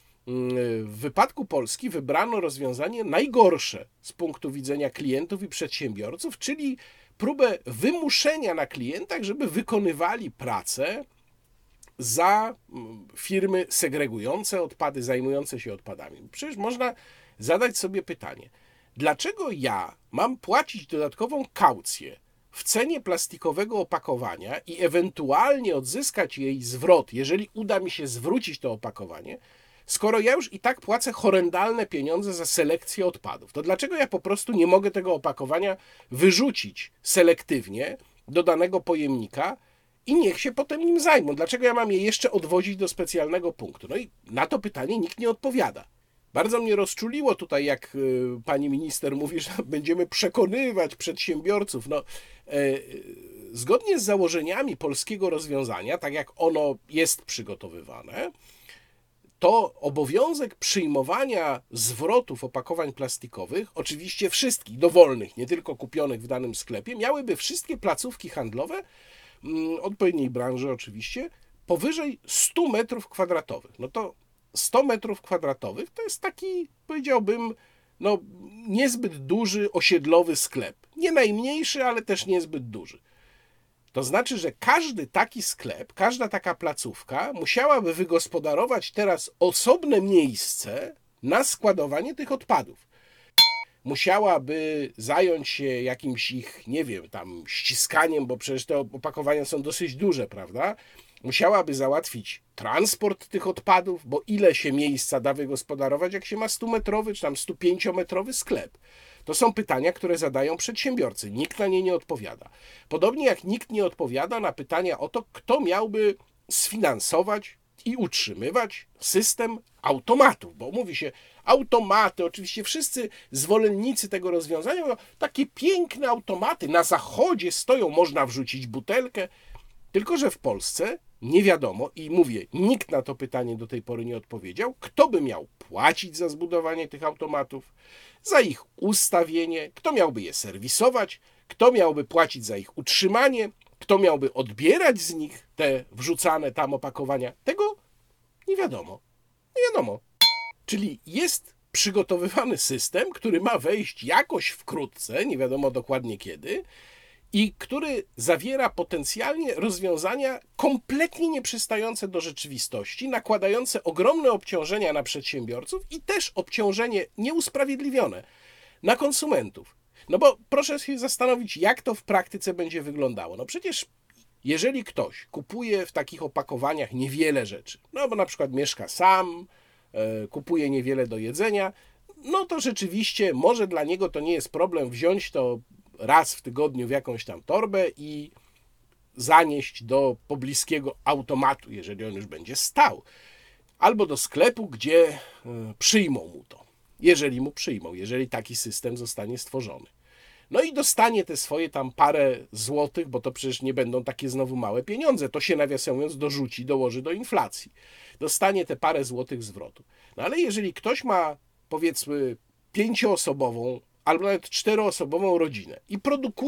W wypadku Polski wybrano rozwiązanie najgorsze z punktu widzenia klientów i przedsiębiorców, czyli próbę wymuszenia na klientach, żeby wykonywali pracę za firmy segregujące odpady, zajmujące się odpadami. Przecież można zadać sobie pytanie, dlaczego ja mam płacić dodatkową kaucję w cenie plastikowego opakowania i ewentualnie odzyskać jej zwrot, jeżeli uda mi się zwrócić to opakowanie, skoro ja już i tak płacę horrendalne pieniądze za selekcję odpadów? To dlaczego ja po prostu nie mogę tego opakowania wyrzucić selektywnie do danego pojemnika i niech się potem nim zajmą? Dlaczego ja mam je jeszcze odwozić do specjalnego punktu? No i na to pytanie nikt nie odpowiada. Bardzo mnie rozczuliło tutaj, jak pani minister mówi, że będziemy przekonywać przedsiębiorców. No, zgodnie z założeniami polskiego rozwiązania, tak jak ono jest przygotowywane, to obowiązek przyjmowania zwrotów opakowań plastikowych, oczywiście wszystkich, dowolnych, nie tylko kupionych w danym sklepie, miałyby wszystkie placówki handlowe, odpowiedniej branży oczywiście, powyżej 100 metrów kwadratowych. No to 100 metrów kwadratowych to jest taki, powiedziałbym, no niezbyt duży osiedlowy sklep. Nie najmniejszy, ale też niezbyt duży. To znaczy, że każdy taki sklep, każda taka placówka musiałaby wygospodarować teraz osobne miejsce na składowanie tych odpadów. Musiałaby zająć się jakimś ich, nie wiem, tam ściskaniem, bo przecież te opakowania są dosyć duże, prawda? Musiałaby załatwić transport tych odpadów, bo ile się miejsca da wygospodarować, jak się ma 100-metrowy czy tam 105-metrowy sklep? To są pytania, które zadają przedsiębiorcy. Nikt na nie nie odpowiada. Podobnie jak nikt nie odpowiada na pytania o to, kto miałby sfinansować i utrzymywać system automatów, bo mówi się automaty, oczywiście wszyscy zwolennicy tego rozwiązania mówią, takie piękne automaty, na zachodzie stoją, można wrzucić butelkę, tylko że w Polsce nie wiadomo i mówię, nikt na to pytanie do tej pory nie odpowiedział, kto by miał płacić za zbudowanie tych automatów, za ich ustawienie, kto miałby je serwisować, kto miałby płacić za ich utrzymanie, kto miałby odbierać z nich te wrzucane tam opakowania. Tego nie wiadomo. Nie wiadomo. Czyli jest przygotowywany system, który ma wejść jakoś wkrótce, nie wiadomo dokładnie kiedy, i który zawiera potencjalnie rozwiązania kompletnie nieprzystające do rzeczywistości, nakładające ogromne obciążenia na przedsiębiorców i też obciążenie nieusprawiedliwione na konsumentów. No bo proszę się zastanowić, jak to w praktyce będzie wyglądało. No przecież jeżeli ktoś kupuje w takich opakowaniach niewiele rzeczy, no bo na przykład mieszka sam, kupuje niewiele do jedzenia, no to rzeczywiście może dla niego to nie jest problem wziąć to raz w tygodniu w jakąś tam torbę i zanieść do pobliskiego automatu, jeżeli on już będzie stał, albo do sklepu, gdzie przyjmą mu to, jeżeli mu przyjmą, jeżeli taki system zostanie stworzony. No i dostanie te swoje tam parę złotych, bo to przecież nie będą takie znowu małe pieniądze, to się nawiasem mówiąc dorzuci, dołoży do inflacji. Dostanie te parę złotych zwrotu. No ale jeżeli ktoś ma, powiedzmy, 5-osobową albo nawet 4-osobową rodzinę i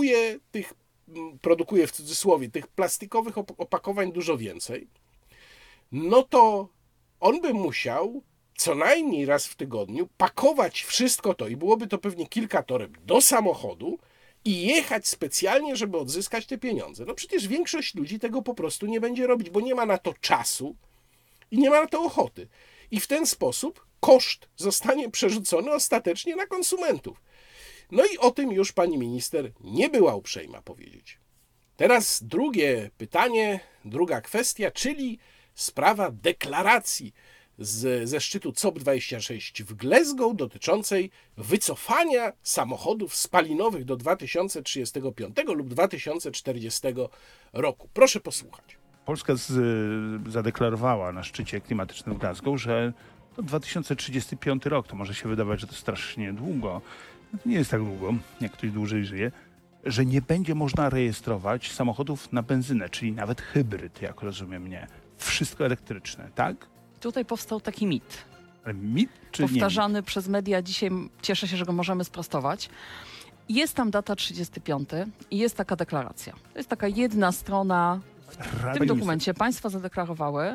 produkuje w cudzysłowie tych plastikowych opakowań dużo więcej, no to on by musiał co najmniej raz w tygodniu pakować wszystko to i byłoby to pewnie kilka toreb do samochodu i jechać specjalnie, żeby odzyskać te pieniądze. No przecież większość ludzi tego po prostu nie będzie robić, bo nie ma na to czasu i nie ma na to ochoty. I w ten sposób koszt zostanie przerzucony ostatecznie na konsumentów. No i o tym już pani minister nie była uprzejma powiedzieć. Teraz drugie pytanie, druga kwestia, czyli sprawa deklaracji ze szczytu COP26 w Glasgow dotyczącej wycofania samochodów spalinowych do 2035 lub 2040 roku. Proszę posłuchać. Polska zadeklarowała na szczycie klimatycznym w Glasgow, że to 2035 rok, to może się wydawać, że to strasznie długo, to nie jest tak długo, jak ktoś dłużej żyje, że nie będzie można rejestrować samochodów na benzynę, czyli nawet hybryd, jak rozumiem mnie. Wszystko elektryczne, tak? Tutaj powstał taki mit. Ale mit czy nie? Powtarzany przez media. Dzisiaj cieszę się, że go możemy sprostować. Jest tam data 35 i jest taka deklaracja. To jest taka jedna strona. W tym dokumencie państwa zadeklarowały,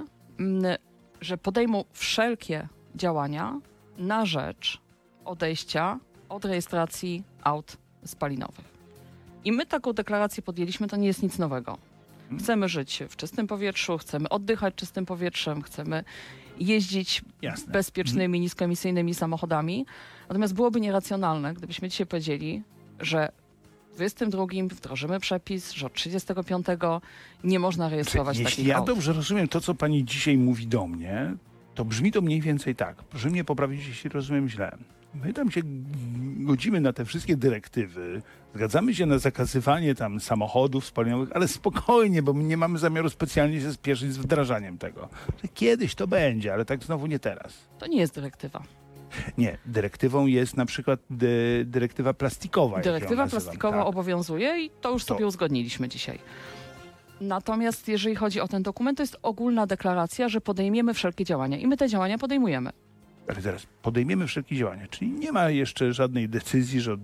że podejmą wszelkie działania na rzecz odejścia od rejestracji aut spalinowych. I my taką deklarację podjęliśmy, to nie jest nic nowego. Chcemy żyć w czystym powietrzu, chcemy oddychać czystym powietrzem, chcemy jeździć bezpiecznymi, niskoemisyjnymi samochodami. Natomiast byłoby nieracjonalne, gdybyśmy dzisiaj powiedzieli, że w 22 wdrożymy przepis, że od 35 nie można rejestrować takich Jeśli ja aut. dobrze rozumiem to, co pani dzisiaj mówi do mnie, to brzmi to mniej więcej tak. Proszę mnie poprawić, jeśli rozumiem źle. My tam się godzimy na te wszystkie dyrektywy, zgadzamy się na zakazywanie tam samochodów spalinowych, ale spokojnie, bo my nie mamy zamiaru specjalnie się spieszyć z wdrażaniem tego. Że kiedyś to będzie, ale tak znowu nie teraz. To nie jest dyrektywa. Nie, dyrektywą jest na przykład dyrektywa plastikowa. Dyrektywa plastikowa tak. obowiązuje i to już sobie uzgodniliśmy dzisiaj. Natomiast jeżeli chodzi o ten dokument, to jest ogólna deklaracja, że podejmiemy wszelkie działania i my te działania podejmujemy. Ale zaraz, podejmiemy wszelkie działania, czyli nie ma jeszcze żadnej decyzji, że od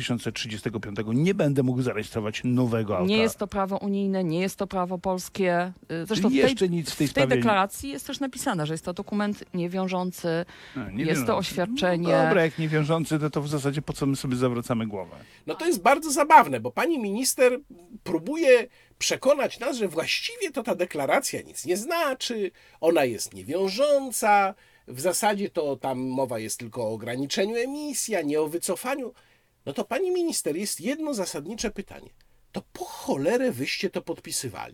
2035 nie będę mógł zarejestrować nowego auta. Nie jest to prawo unijne, nie jest to prawo polskie. Zresztą jeszcze nic w tej w tej sprawie deklaracji jest też napisane, że jest to dokument niewiążący, nie jest to oświadczenie. No dobra, jak niewiążący, to w zasadzie po co my sobie zawracamy głowę? No to jest bardzo zabawne, bo pani minister próbuje przekonać nas, że właściwie to ta deklaracja nic nie znaczy, ona jest niewiążąca, w zasadzie to tam mowa jest tylko o ograniczeniu emisji, a nie o wycofaniu. No to pani minister, jest jedno zasadnicze pytanie. To po cholerę wyście to podpisywali?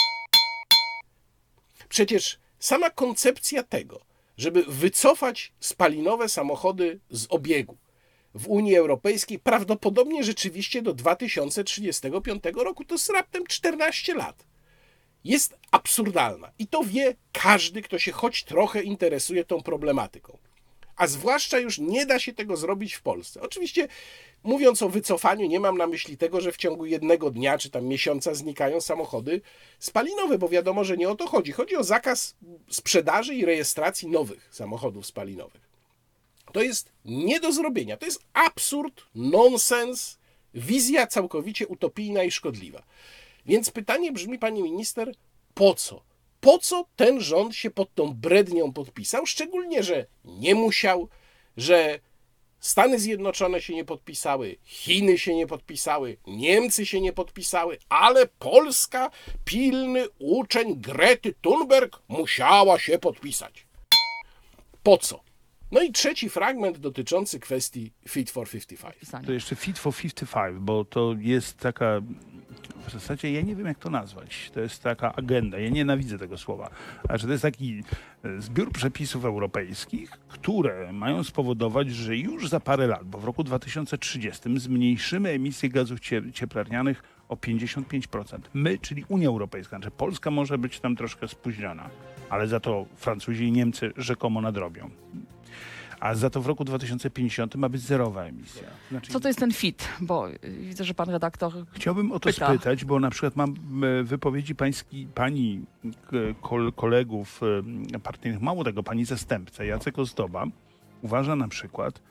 Przecież sama koncepcja tego, żeby wycofać spalinowe samochody z obiegu w Unii Europejskiej prawdopodobnie rzeczywiście do 2035 roku, to jest raptem 14 lat. Jest absurdalna i to wie każdy, kto się choć trochę interesuje tą problematyką. A zwłaszcza już nie da się tego zrobić w Polsce. Oczywiście mówiąc o wycofaniu, nie mam na myśli tego, że w ciągu jednego dnia czy tam miesiąca znikają samochody spalinowe, bo wiadomo, że nie o to chodzi. Chodzi o zakaz sprzedaży i rejestracji nowych samochodów spalinowych. To jest nie do zrobienia. To jest absurd, nonsens, wizja całkowicie utopijna i szkodliwa. Więc pytanie brzmi, pani minister, po co? Po co ten rząd się pod tą brednią podpisał? Szczególnie, że nie musiał, że Stany Zjednoczone się nie podpisały, Chiny się nie podpisały, Niemcy się nie podpisały, ale Polska, pilny uczeń Grety Thunberg, musiała się podpisać. Po co? No i trzeci fragment dotyczący kwestii Fit for 55. To jeszcze Fit for 55, bo to jest taka, w zasadzie ja nie wiem jak to nazwać, to jest taka agenda, ja nienawidzę tego słowa, ale to jest taki zbiór przepisów europejskich, które mają spowodować, że już za parę lat, bo w roku 2030 zmniejszymy emisję gazów cieplarnianych o 55%. My, czyli Unia Europejska, znaczy Polska może być tam troszkę spóźniona, ale za to Francuzi i Niemcy rzekomo nadrobią. A za to w roku 2050 ma być zerowa emisja. Znaczy, Co to jest ten FIT? Bo widzę, że pan redaktor chciałbym o to spytać, bo na przykład mam wypowiedzi pani kolegów partyjnych, mało tego, pani zastępca Jacek Ozdoba uważa na przykład,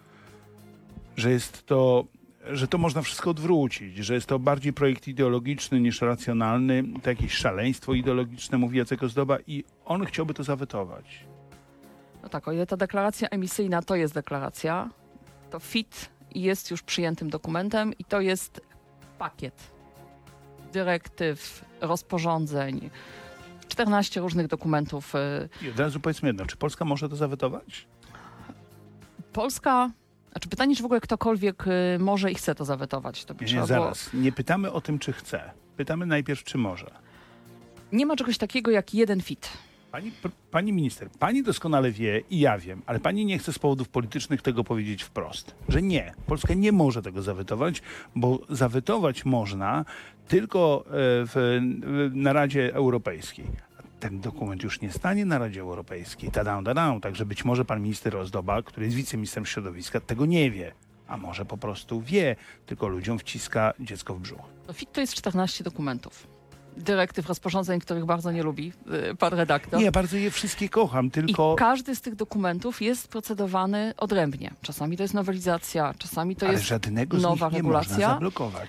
że to można wszystko odwrócić, że jest to bardziej projekt ideologiczny niż racjonalny, to jakieś szaleństwo ideologiczne, mówi Jacek Ozdoba i on chciałby to zawetować. No tak, o ile ta deklaracja emisyjna to jest deklaracja, to FIT jest już przyjętym dokumentem i to jest pakiet dyrektyw, rozporządzeń, 14 różnych dokumentów. I od razu powiedzmy jedno, czy Polska może to zawetować? Polska, znaczy pytanie, czy w ogóle ktokolwiek może i chce to zawetować. To by Nie, trzeba zaraz. Nie pytamy o tym, czy chce. Pytamy najpierw, czy może. Nie ma czegoś takiego jak jeden fit. Pani minister, pani doskonale wie i ja wiem, ale pani nie chce z powodów politycznych tego powiedzieć wprost, że nie, Polska nie może tego zawetować, bo zawetować można tylko na Radzie Europejskiej. Ten dokument już nie stanie na Radzie Europejskiej. Także być może pan minister Ozdoba, który jest wiceministrem środowiska, tego nie wie. A może po prostu wie, tylko ludziom wciska dziecko w brzuch. No fit to jest 14 dokumentów. Dyrektyw, rozporządzeń, których bardzo nie lubi pan redaktor. Nie, bardzo je wszystkie kocham, tylko... I każdy z tych dokumentów jest procedowany odrębnie. Czasami to jest nowelizacja, czasami to jest żadnego z nowa nich nie regulacja. można zablokować.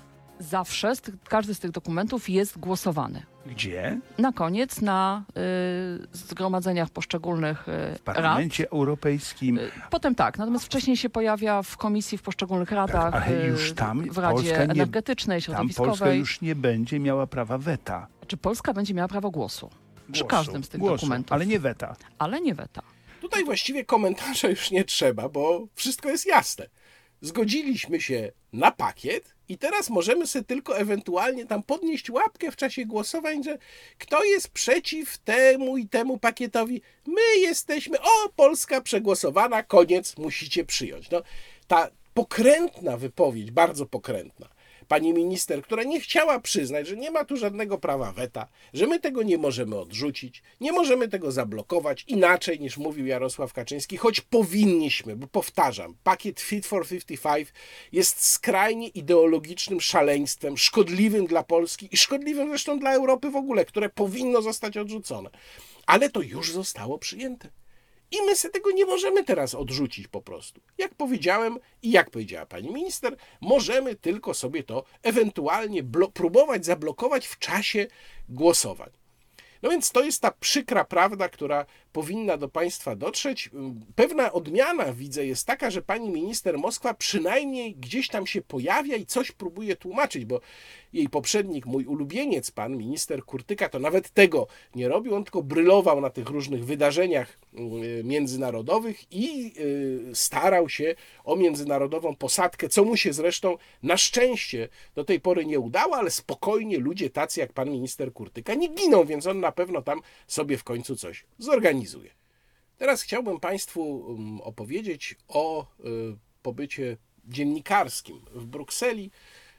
Zawsze każdy z tych dokumentów jest głosowany. Gdzie? Na koniec na zgromadzeniach poszczególnych W Parlamencie Europejskim. Potem tak, natomiast wcześniej się pojawia w komisji, w poszczególnych radach, Tak, ale już tam w Radzie Polska Energetycznej, Tam Środowiskowej. Polska już nie będzie miała prawa weta. Czy Polska będzie miała prawo głosu? Przy Głosu, każdym z tych głosu, dokumentów. ale nie weta. Ale nie weta. Tutaj właściwie komentarza już nie trzeba, bo wszystko jest jasne. Zgodziliśmy się na pakiet i teraz możemy sobie tylko ewentualnie tam podnieść łapkę w czasie głosowań, że kto jest przeciw temu i temu pakietowi. My jesteśmy, Polska przegłosowana, koniec, musicie przyjąć. No, ta pokrętna wypowiedź, bardzo pokrętna, pani minister, która nie chciała przyznać, że nie ma tu żadnego prawa weta, że my tego nie możemy odrzucić, nie możemy tego zablokować inaczej niż mówił Jarosław Kaczyński, choć powinniśmy, bo powtarzam, pakiet Fit for 55 jest skrajnie ideologicznym szaleństwem, szkodliwym dla Polski i szkodliwym zresztą dla Europy w ogóle, które powinno zostać odrzucone. Ale to już zostało przyjęte. I my sobie tego nie możemy teraz odrzucić po prostu. Jak powiedziałem i jak powiedziała pani minister, możemy tylko sobie to ewentualnie próbować zablokować w czasie głosowań. No więc to jest ta przykra prawda, która powinna do państwa dotrzeć. Pewna odmiana, widzę, jest taka, że pani minister Moskwa przynajmniej gdzieś tam się pojawia i coś próbuje tłumaczyć, bo jej poprzednik, mój ulubieniec, pan minister Kurtyka, to nawet tego nie robił, on tylko brylował na tych różnych wydarzeniach międzynarodowych i starał się o międzynarodową posadkę, co mu się zresztą na szczęście do tej pory nie udało, ale spokojnie ludzie tacy jak pan minister Kurtyka nie giną, więc on na pewno tam sobie w końcu coś zorganizuje. Teraz chciałbym państwu opowiedzieć o pobycie dziennikarskim w Brukseli.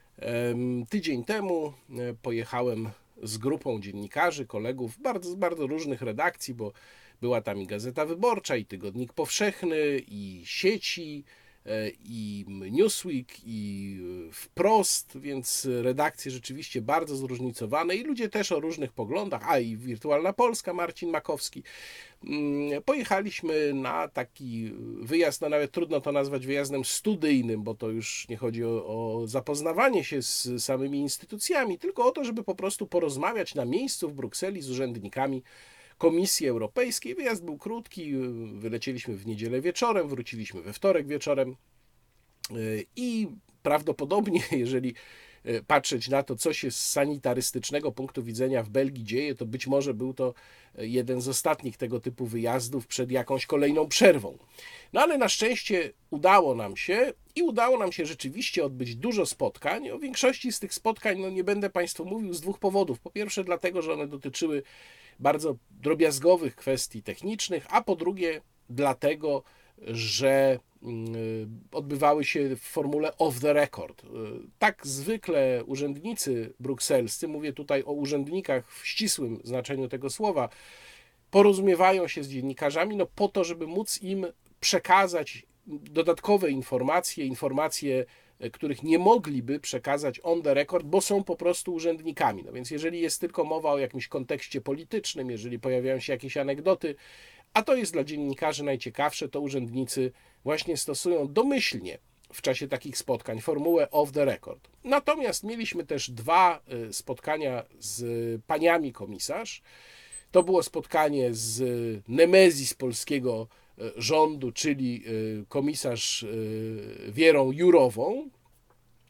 Tydzień temu pojechałem z grupą dziennikarzy, kolegów z bardzo różnych redakcji, bo była tam i Gazeta Wyborcza, i Tygodnik Powszechny, i Sieci, i Newsweek, i Wprost, więc redakcje rzeczywiście bardzo zróżnicowane i ludzie też o różnych poglądach, i Wirtualna Polska, Marcin Makowski. Pojechaliśmy na taki wyjazd, no nawet trudno to nazwać wyjazdem studyjnym, bo to już nie chodzi o zapoznawanie się z samymi instytucjami, tylko o to, żeby po prostu porozmawiać na miejscu w Brukseli z urzędnikami Komisji Europejskiej. Wyjazd był krótki, wylecieliśmy w niedzielę wieczorem, wróciliśmy we wtorek wieczorem i prawdopodobnie, jeżeli patrzeć na to, co się z sanitarystycznego punktu widzenia w Belgii dzieje, to być może był to jeden z ostatnich tego typu wyjazdów przed jakąś kolejną przerwą. No ale na szczęście udało nam się rzeczywiście odbyć dużo spotkań. O większości z tych spotkań nie będę państwu mówił z dwóch powodów. Po pierwsze dlatego, że one dotyczyły bardzo drobiazgowych kwestii technicznych, a po drugie dlatego, że odbywały się w formule off the record. Tak zwykle urzędnicy brukselscy, mówię tutaj o urzędnikach w ścisłym znaczeniu tego słowa, porozumiewają się z dziennikarzami po to, żeby móc im przekazać dodatkowe informacje, których nie mogliby przekazać on the record, bo są po prostu urzędnikami. No więc jeżeli jest tylko mowa o jakimś kontekście politycznym, jeżeli pojawiają się jakieś anegdoty, a to jest dla dziennikarzy najciekawsze, to urzędnicy właśnie stosują domyślnie w czasie takich spotkań formułę off the record. Natomiast mieliśmy też dwa spotkania z paniami komisarz. To było spotkanie z nemezis polskiego rządu, czyli komisarz Wierą Jourową,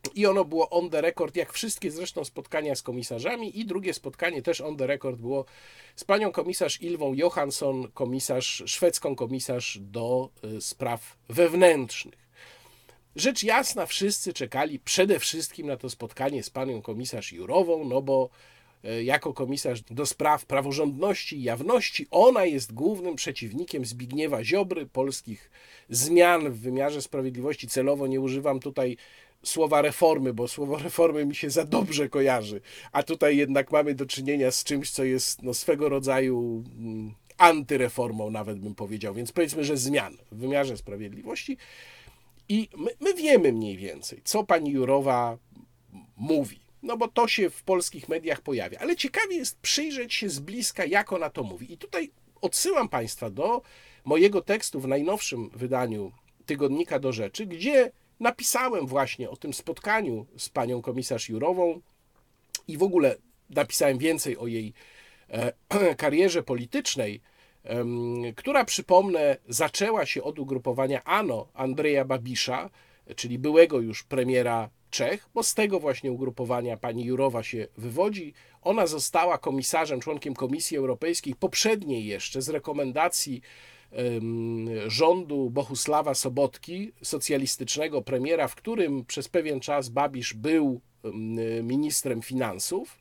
I ono było on the record, jak wszystkie zresztą spotkania z komisarzami. I drugie spotkanie też on the record było z panią komisarz Ylwą Johansson, szwedzką komisarz do spraw wewnętrznych. Rzecz jasna, wszyscy czekali przede wszystkim na to spotkanie z panią komisarz Jourową, no bo jako komisarz do spraw praworządności i jawności ona jest głównym przeciwnikiem Zbigniewa Ziobry, polskich zmian w wymiarze sprawiedliwości. Celowo nie używam tutaj słowa reformy, bo słowo reformy mi się za dobrze kojarzy, a tutaj jednak mamy do czynienia z czymś, co jest no, swego rodzaju antyreformą, nawet bym powiedział, więc powiedzmy, że zmian w wymiarze sprawiedliwości. I my wiemy mniej więcej, co pani Jourowa mówi, no bo to się w polskich mediach pojawia, ale ciekawie jest przyjrzeć się z bliska, jak ona to mówi. I tutaj odsyłam państwa do mojego tekstu w najnowszym wydaniu Tygodnika do Rzeczy, gdzie napisałem właśnie o tym spotkaniu z panią komisarz Jourową i w ogóle napisałem więcej o jej karierze politycznej, która, przypomnę, zaczęła się od ugrupowania ANO Andreja Babisza, czyli byłego już premiera Czech, bo z tego właśnie ugrupowania pani Jourowa się wywodzi. Ona została komisarzem, członkiem Komisji Europejskiej, poprzedniej jeszcze, z rekomendacji rządu Bohusława Sobotki, socjalistycznego premiera, w którym przez pewien czas Babisz był ministrem finansów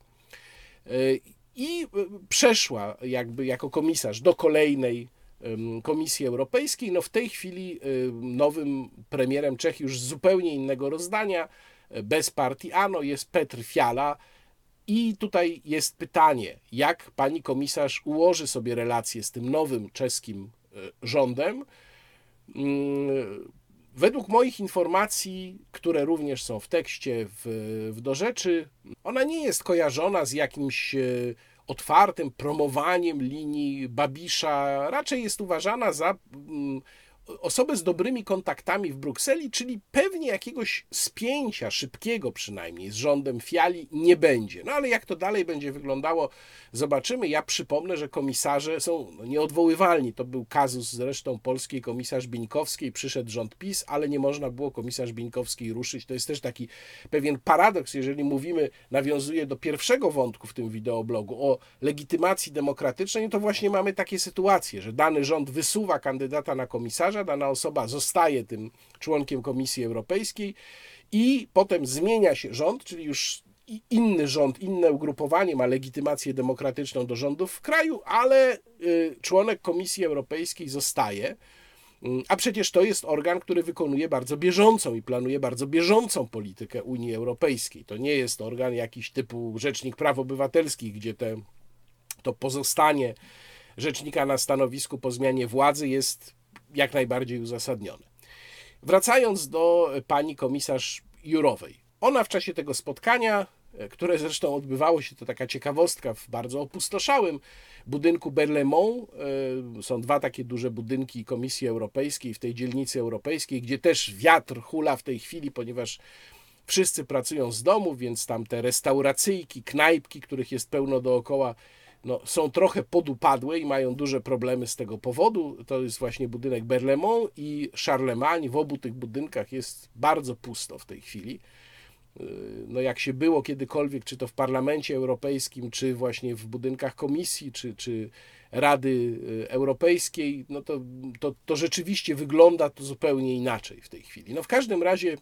i przeszła jakby jako komisarz do kolejnej Komisji Europejskiej. No w tej chwili nowym premierem Czech już z zupełnie innego rozdania, bez partii ANO, jest Petr Fiala. I tutaj jest pytanie, jak pani komisarz ułoży sobie relacje z tym nowym czeskim rządem. Według moich informacji, które również są w tekście w Do Rzeczy, ona nie jest kojarzona z jakimś otwartym promowaniem linii Babisza. Raczej jest uważana za osobę z dobrymi kontaktami w Brukseli, czyli pewnie jakiegoś spięcia, szybkiego przynajmniej, z rządem Fiali nie będzie. No ale jak to dalej będzie wyglądało, zobaczymy. Ja przypomnę, że komisarze są nieodwoływalni. To był kazus zresztą polskiej komisarz Bieńkowskiej. Przyszedł rząd PiS, ale nie można było komisarz Bieńkowskiej ruszyć. To jest też taki pewien paradoks, jeżeli mówimy, nawiązuje do pierwszego wątku w tym wideoblogu o legitymacji demokratycznej, to właśnie mamy takie sytuacje, że dany rząd wysuwa kandydata na komisarza, dana osoba zostaje tym członkiem Komisji Europejskiej i potem zmienia się rząd, czyli już inny rząd, inne ugrupowanie ma legitymację demokratyczną do rządów w kraju, ale członek Komisji Europejskiej zostaje, a przecież to jest organ, który wykonuje bardzo bieżącą i planuje bardzo bieżącą politykę Unii Europejskiej. To nie jest organ jakiś typu Rzecznik Praw Obywatelskich, gdzie to pozostanie rzecznika na stanowisku po zmianie władzy jest jak najbardziej uzasadnione. Wracając do pani komisarz Jourowej. Ona w czasie tego spotkania, które zresztą odbywało się, to taka ciekawostka, w bardzo opustoszałym budynku Berlaymont. Są dwa takie duże budynki Komisji Europejskiej w tej dzielnicy europejskiej, gdzie też wiatr hula w tej chwili, ponieważ wszyscy pracują z domu, więc tam te restauracyjki, knajpki, których jest pełno dookoła, no, są trochę podupadłe i mają duże problemy z tego powodu. To jest właśnie budynek Berlaymont i Charlemagne. W obu tych budynkach jest bardzo pusto w tej chwili. No jak się było kiedykolwiek, czy to w Parlamencie Europejskim, czy właśnie w budynkach Komisji, czy Rady Europejskiej, no to rzeczywiście wygląda to zupełnie inaczej w tej chwili. No w każdym razie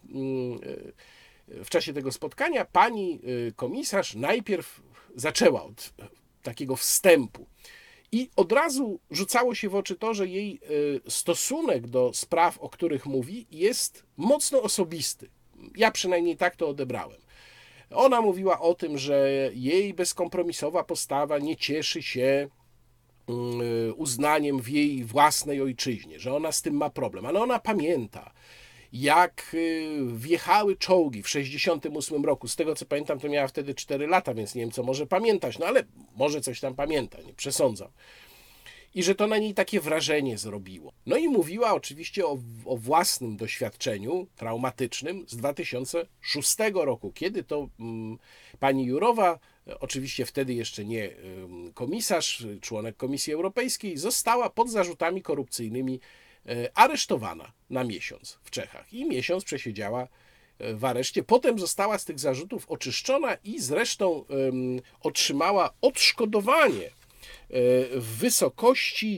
w czasie tego spotkania pani komisarz najpierw zaczęła od takiego wstępu i od razu rzucało się w oczy to, że jej stosunek do spraw, o których mówi, jest mocno osobisty. Ja przynajmniej tak to odebrałem. Ona mówiła o tym, że jej bezkompromisowa postawa nie cieszy się uznaniem w jej własnej ojczyźnie, że ona z tym ma problem, ale ona pamięta, jak wjechały czołgi w 1968 roku. Z tego co pamiętam, to miała wtedy 4 lata, więc nie wiem, co może pamiętać, no ale może coś tam pamięta, nie przesądzam. I że to na niej takie wrażenie zrobiło. No i mówiła oczywiście o własnym doświadczeniu traumatycznym z 2006 roku, kiedy to pani Jourowa, oczywiście wtedy jeszcze nie komisarz, członek Komisji Europejskiej, została pod zarzutami korupcyjnymi aresztowana na miesiąc w Czechach. I miesiąc przesiedziała w areszcie. Potem została z tych zarzutów oczyszczona i zresztą otrzymała odszkodowanie w wysokości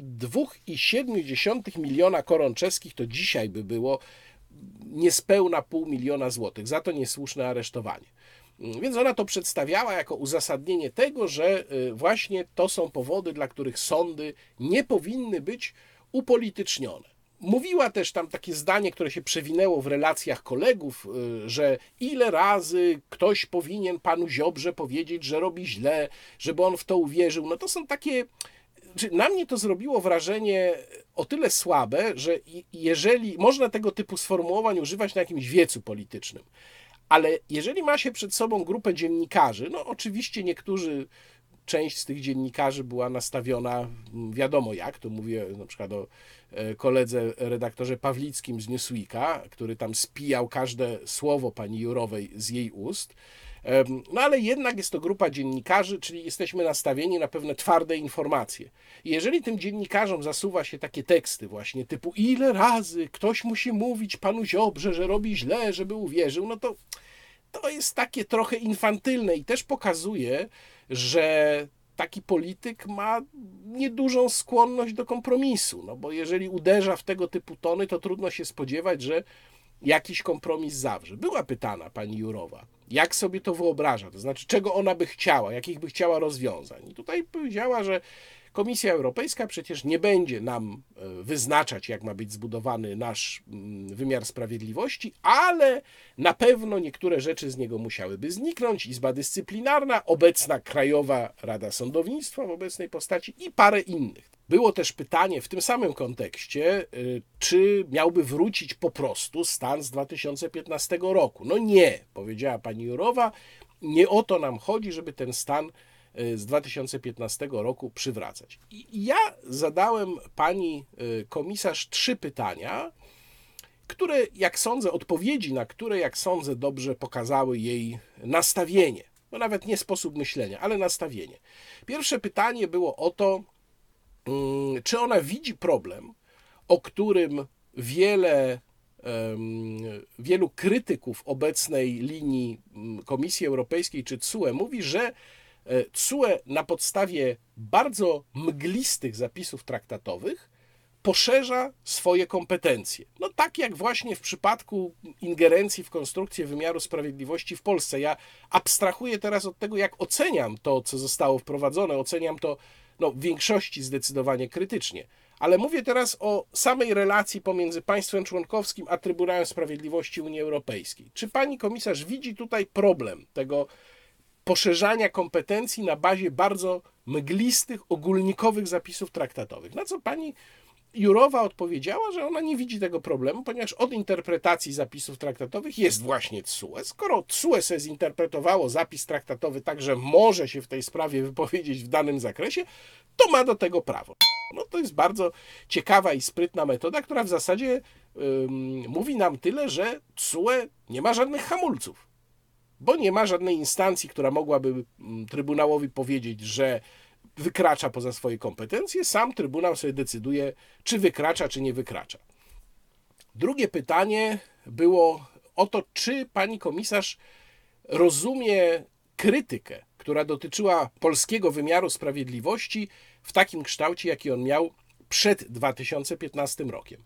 2,7 miliona koron czeskich, to dzisiaj by było niespełna $500,000 za to niesłuszne aresztowanie. Więc ona to przedstawiała jako uzasadnienie tego, że właśnie to są powody, dla których sądy nie powinny być upolitycznione. Mówiła też tam takie zdanie, które się przewinęło w relacjach kolegów, że ile razy ktoś powinien panu Ziobrze powiedzieć, że robi źle, żeby on w to uwierzył. No to są takie... Na mnie to zrobiło wrażenie o tyle słabe, że jeżeli można tego typu sformułowań używać na jakimś wiecu politycznym, ale jeżeli ma się przed sobą grupę dziennikarzy, no oczywiście część z tych dziennikarzy była nastawiona wiadomo jak, to mówię na przykład o koledze redaktorze Pawlickim z Newsweeka, który tam spijał każde słowo pani Jurowej z jej ust. No ale jednak jest to grupa dziennikarzy, czyli jesteśmy nastawieni na pewne twarde informacje. I jeżeli tym dziennikarzom zasuwa się takie teksty właśnie typu ile razy ktoś musi mówić panu Ziobrze, że robi źle, żeby uwierzył, no to jest takie trochę infantylne i też pokazuje, że taki polityk ma niedużą skłonność do kompromisu, no bo jeżeli uderza w tego typu tony, to trudno się spodziewać, że jakiś kompromis zawrze. Była pytana pani Jurowa, jak sobie to wyobraża, to znaczy czego ona by chciała, jakich by chciała rozwiązań. I tutaj powiedziała, że Komisja Europejska przecież nie będzie nam wyznaczać, jak ma być zbudowany nasz wymiar sprawiedliwości, ale na pewno niektóre rzeczy z niego musiałyby zniknąć. Izba Dyscyplinarna, obecna Krajowa Rada Sądownictwa w obecnej postaci i parę innych. Było też pytanie w tym samym kontekście, czy miałby wrócić po prostu stan z 2015 roku. No nie, powiedziała pani Jurowa, nie o to nam chodzi, żeby ten stan z 2015 roku przywracać. I ja zadałem pani komisarz 3 pytania, które, jak sądzę, odpowiedzi na które, jak sądzę, dobrze pokazały jej nastawienie. No nawet nie sposób myślenia, ale nastawienie. Pierwsze pytanie było o to, czy ona widzi problem, o którym wielu krytyków obecnej linii Komisji Europejskiej czy TSUE mówi, że TSUE na podstawie bardzo mglistych zapisów traktatowych poszerza swoje kompetencje. No tak jak właśnie w przypadku ingerencji w konstrukcję wymiaru sprawiedliwości w Polsce. Ja abstrahuję teraz od tego, jak oceniam to, co zostało wprowadzone. Oceniam to w większości zdecydowanie krytycznie. Ale mówię teraz o samej relacji pomiędzy państwem członkowskim a Trybunałem Sprawiedliwości Unii Europejskiej. Czy pani komisarz widzi tutaj problem tego poszerzania kompetencji na bazie bardzo mglistych, ogólnikowych zapisów traktatowych? Na co pani Jurowa odpowiedziała, że ona nie widzi tego problemu, ponieważ od interpretacji zapisów traktatowych jest właśnie TSUE. Skoro TSUE se zinterpretowało zapis traktatowy tak, że może się w tej sprawie wypowiedzieć w danym zakresie, to ma do tego prawo. No to jest bardzo ciekawa i sprytna metoda, która w zasadzie mówi nam tyle, że TSUE nie ma żadnych hamulców, bo nie ma żadnej instancji, która mogłaby Trybunałowi powiedzieć, że wykracza poza swoje kompetencje. Sam Trybunał sobie decyduje, czy wykracza, czy nie wykracza. Drugie pytanie było o to, czy pani komisarz rozumie krytykę, która dotyczyła polskiego wymiaru sprawiedliwości w takim kształcie, jaki on miał przed 2015 rokiem.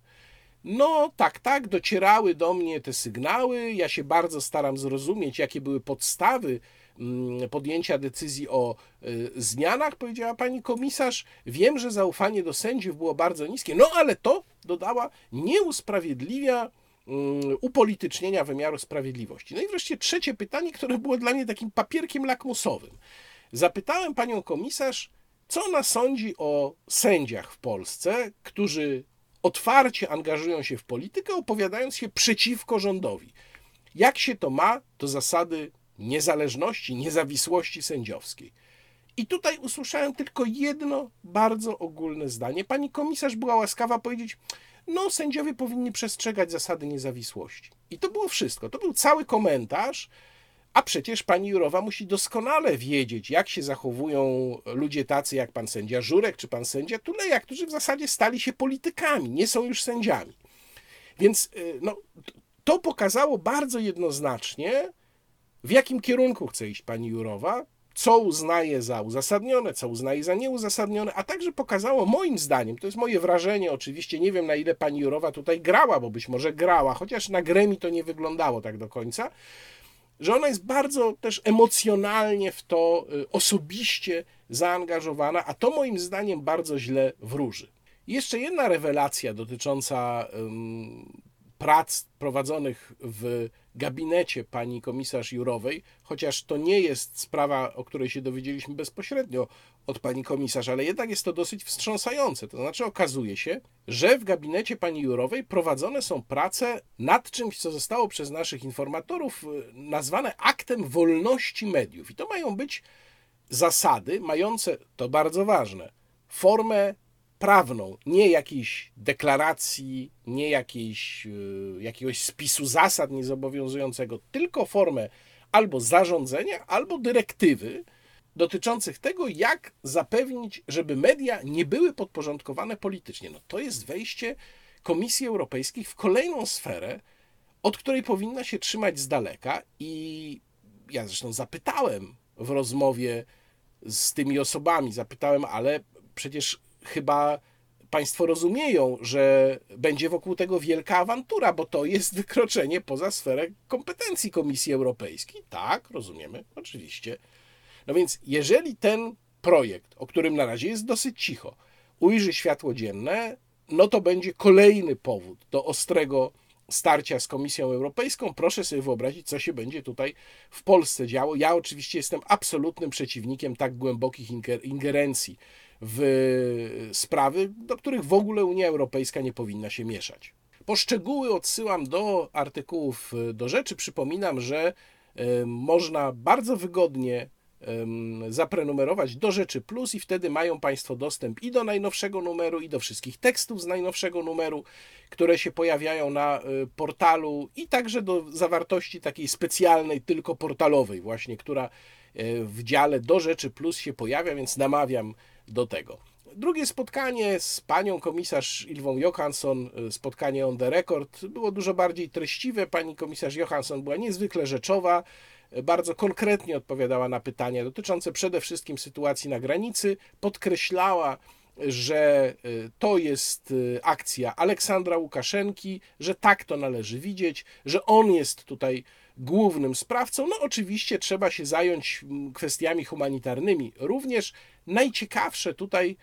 No tak, docierały do mnie te sygnały. Ja się bardzo staram zrozumieć, jakie były podstawy podjęcia decyzji o zmianach, powiedziała pani komisarz. Wiem, że zaufanie do sędziów było bardzo niskie, no ale to, dodała, nie usprawiedliwia upolitycznienia wymiaru sprawiedliwości. No i wreszcie trzecie pytanie, które było dla mnie takim papierkiem lakmusowym. Zapytałem panią komisarz, co ona sądzi o sędziach w Polsce, którzy otwarcie angażują się w politykę, opowiadając się przeciwko rządowi. Jak się to ma do zasady niezależności, niezawisłości sędziowskiej? I tutaj usłyszałem tylko jedno bardzo ogólne zdanie. Pani komisarz była łaskawa powiedzieć, no sędziowie powinni przestrzegać zasady niezawisłości. I to było wszystko. To był cały komentarz, a przecież pani Jurowa musi doskonale wiedzieć, jak się zachowują ludzie tacy jak pan sędzia Żurek czy pan sędzia Tuleja, którzy w zasadzie stali się politykami, nie są już sędziami. Więc To pokazało bardzo jednoznacznie, w jakim kierunku chce iść pani Jourowa, co uznaje za uzasadnione, co uznaje za nieuzasadnione, a także pokazało moim zdaniem, to jest moje wrażenie oczywiście, nie wiem na ile pani Jourowa tutaj grała, bo być może grała, chociaż na grę mi to nie wyglądało tak do końca, że ona jest bardzo też emocjonalnie w to osobiście zaangażowana, a to moim zdaniem bardzo źle wróży. I jeszcze jedna rewelacja dotycząca prac prowadzonych w gabinecie pani komisarz Jourowej, chociaż to nie jest sprawa, o której się dowiedzieliśmy bezpośrednio od pani komisarz, ale jednak jest to dosyć wstrząsające. To znaczy okazuje się, że w gabinecie pani Jourowej prowadzone są prace nad czymś, co zostało przez naszych informatorów nazwane aktem wolności mediów. I to mają być zasady mające, to bardzo ważne, formę prawną, nie jakiejś deklaracji, nie jakiegoś spisu zasad niezobowiązującego, tylko formę albo zarządzenia, albo dyrektywy dotyczących tego, jak zapewnić, żeby media nie były podporządkowane politycznie. No to jest wejście Komisji Europejskiej w kolejną sferę, od której powinna się trzymać z daleka i ja zresztą zapytałem w rozmowie z tymi osobami, ale przecież chyba państwo rozumieją, że będzie wokół tego wielka awantura, bo to jest wykroczenie poza sferę kompetencji Komisji Europejskiej. Tak, rozumiemy, oczywiście. No więc jeżeli ten projekt, o którym na razie jest dosyć cicho, ujrzy światło dzienne, no to będzie kolejny powód do ostrego starcia z Komisją Europejską. Proszę sobie wyobrazić, co się będzie tutaj w Polsce działo. Ja oczywiście jestem absolutnym przeciwnikiem tak głębokich ingerencji w sprawy, do których w ogóle Unia Europejska nie powinna się mieszać. Po szczegóły odsyłam do artykułów do rzeczy. Przypominam, że można bardzo wygodnie zaprenumerować do Rzeczy Plus i wtedy mają państwo dostęp i do najnowszego numeru, i do wszystkich tekstów z najnowszego numeru, które się pojawiają na portalu, i także do zawartości takiej specjalnej, tylko portalowej właśnie, która w dziale do Rzeczy Plus się pojawia, więc namawiam do tego. Drugie spotkanie z panią komisarz Ylwą Johansson, spotkanie on the record, było dużo bardziej treściwe. Pani komisarz Johansson była niezwykle rzeczowa, bardzo konkretnie odpowiadała na pytania dotyczące przede wszystkim sytuacji na granicy. Podkreślała, że to jest akcja Aleksandra Łukaszenki, że tak to należy widzieć, że on jest tutaj głównym sprawcą. No oczywiście trzeba się zająć kwestiami humanitarnymi. Również najciekawsze tutaj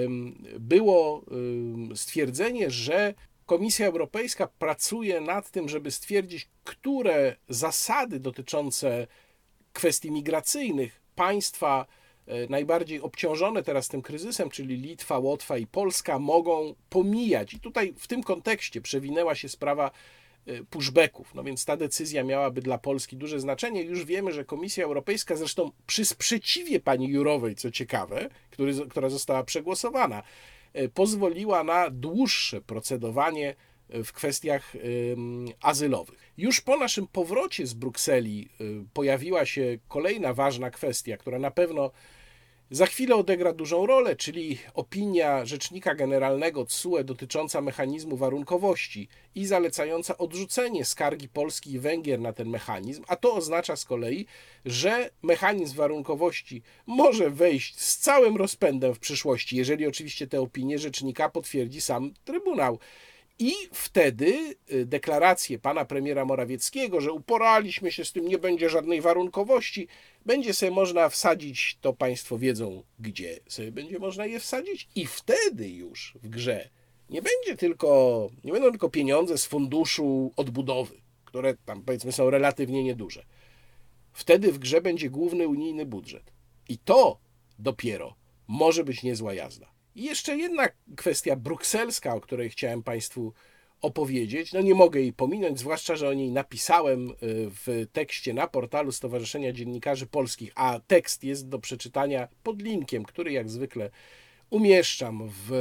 było stwierdzenie, że Komisja Europejska pracuje nad tym, żeby stwierdzić, które zasady dotyczące kwestii migracyjnych państwa najbardziej obciążone teraz tym kryzysem, czyli Litwa, Łotwa i Polska, mogą pomijać. I tutaj w tym kontekście przewinęła się sprawa pushbacków. No więc ta decyzja miałaby dla Polski duże znaczenie. Już wiemy, że Komisja Europejska, zresztą przy sprzeciwie pani Jourowej, co ciekawe, która została przegłosowana, pozwoliła na dłuższe procedowanie w kwestiach azylowych. Już po naszym powrocie z Brukseli pojawiła się kolejna ważna kwestia, która na pewno za chwilę odegra dużą rolę, czyli opinia Rzecznika Generalnego TSUE dotycząca mechanizmu warunkowości i zalecająca odrzucenie skargi Polski i Węgier na ten mechanizm, a to oznacza z kolei, że mechanizm warunkowości może wejść z całym rozpędem w przyszłości, jeżeli oczywiście te opinie Rzecznika potwierdzi sam Trybunał. I wtedy deklaracje pana premiera Morawieckiego, że uporaliśmy się z tym, nie będzie żadnej warunkowości, będzie sobie można wsadzić, to państwo wiedzą, gdzie sobie będzie można je wsadzić, i wtedy już w grze nie będą tylko pieniądze z funduszu odbudowy, które tam powiedzmy są relatywnie nieduże. Wtedy w grze będzie główny unijny budżet. I to dopiero może być niezła jazda. I jeszcze jedna kwestia brukselska, o której chciałem państwu opowiedzieć. No nie mogę jej pominąć, zwłaszcza, że o niej napisałem w tekście na portalu Stowarzyszenia Dziennikarzy Polskich, a tekst jest do przeczytania pod linkiem, który jak zwykle umieszczam w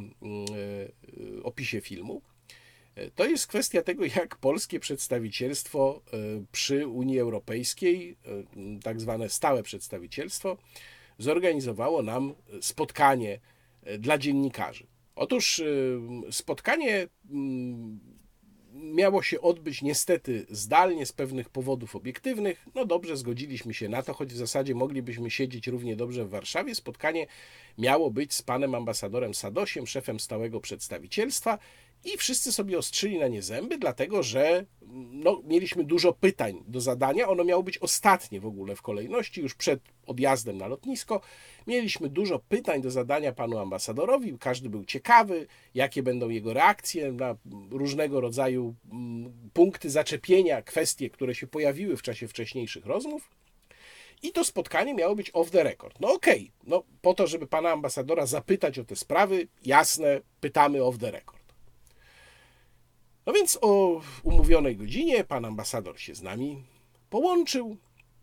opisie filmu. To jest kwestia tego, jak polskie przedstawicielstwo przy Unii Europejskiej, tak zwane stałe przedstawicielstwo, zorganizowało nam spotkanie dla dziennikarzy. Otóż spotkanie miało się odbyć niestety zdalnie z pewnych powodów obiektywnych. No dobrze, zgodziliśmy się na to, choć w zasadzie moglibyśmy siedzieć równie dobrze w Warszawie. Spotkanie miało być z panem ambasadorem Sadosiem, szefem stałego przedstawicielstwa, i wszyscy sobie ostrzyli na nie zęby, dlatego że mieliśmy dużo pytań do zadania. Ono miało być ostatnie w ogóle w kolejności, już przed odjazdem na lotnisko. Mieliśmy dużo pytań do zadania panu ambasadorowi. Każdy był ciekawy, jakie będą jego reakcje na różnego rodzaju punkty zaczepienia, kwestie, które się pojawiły w czasie wcześniejszych rozmów. I to spotkanie miało być off the record. No okej, po to, żeby pana ambasadora zapytać o te sprawy, jasne, pytamy off the record. No więc o umówionej godzinie pan ambasador się z nami połączył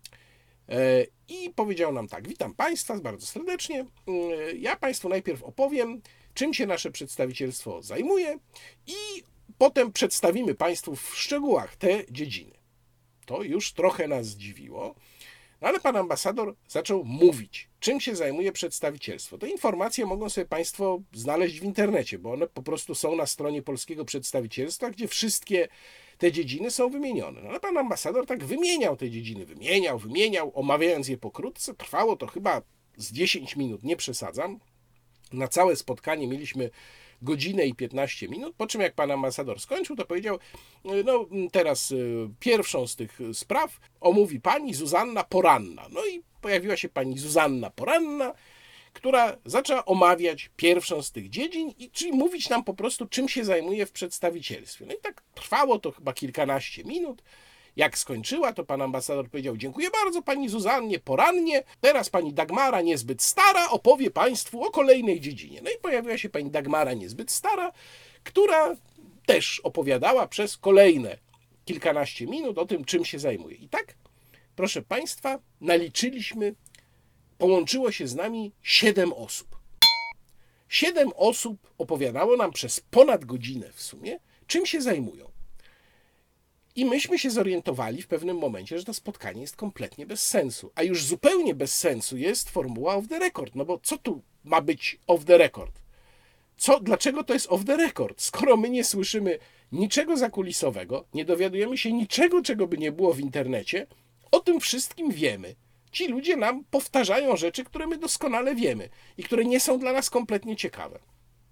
i powiedział nam tak: witam państwa bardzo serdecznie, ja państwu najpierw opowiem, czym się nasze przedstawicielstwo zajmuje i potem przedstawimy państwu w szczegółach te dziedziny. To już trochę nas zdziwiło, ale pan ambasador zaczął mówić, czym się zajmuje przedstawicielstwo. Te informacje mogą sobie państwo znaleźć w internecie, bo one po prostu są na stronie polskiego przedstawicielstwa, gdzie wszystkie te dziedziny są wymienione. Ale pan ambasador tak wymieniał te dziedziny, wymieniał, omawiając je pokrótce. Trwało to chyba z 10 minut, nie przesadzam. Na całe spotkanie mieliśmy godzinę i 15 minut, po czym jak pan ambasador skończył, to powiedział: teraz pierwszą z tych spraw omówi pani Zuzanna Poranna. No i pojawiła się pani Zuzanna Poranna, która zaczęła omawiać pierwszą z tych dziedzin, czyli mówić nam po prostu, czym się zajmuje w przedstawicielstwie. No i tak trwało to chyba kilkanaście minut. Jak skończyła, to pan ambasador powiedział: dziękuję bardzo pani Zuzannie Porannie. Teraz pani Dagmara Niezbyt Stara opowie państwu o kolejnej dziedzinie. No i pojawiła się pani Dagmara Niezbyt Stara, która też opowiadała przez kolejne kilkanaście minut o tym, czym się zajmuje. I tak, proszę państwa, naliczyliśmy, połączyło się z nami 7 osób. 7 osób opowiadało nam przez ponad godzinę w sumie, czym się zajmują. I myśmy się zorientowali w pewnym momencie, że to spotkanie jest kompletnie bez sensu. A już zupełnie bez sensu jest formuła off the record. No bo co tu ma być off the record? Dlaczego to jest off the record? Skoro my nie słyszymy niczego zakulisowego, nie dowiadujemy się niczego, czego by nie było w internecie, o tym wszystkim wiemy. Ci ludzie nam powtarzają rzeczy, które my doskonale wiemy i które nie są dla nas kompletnie ciekawe.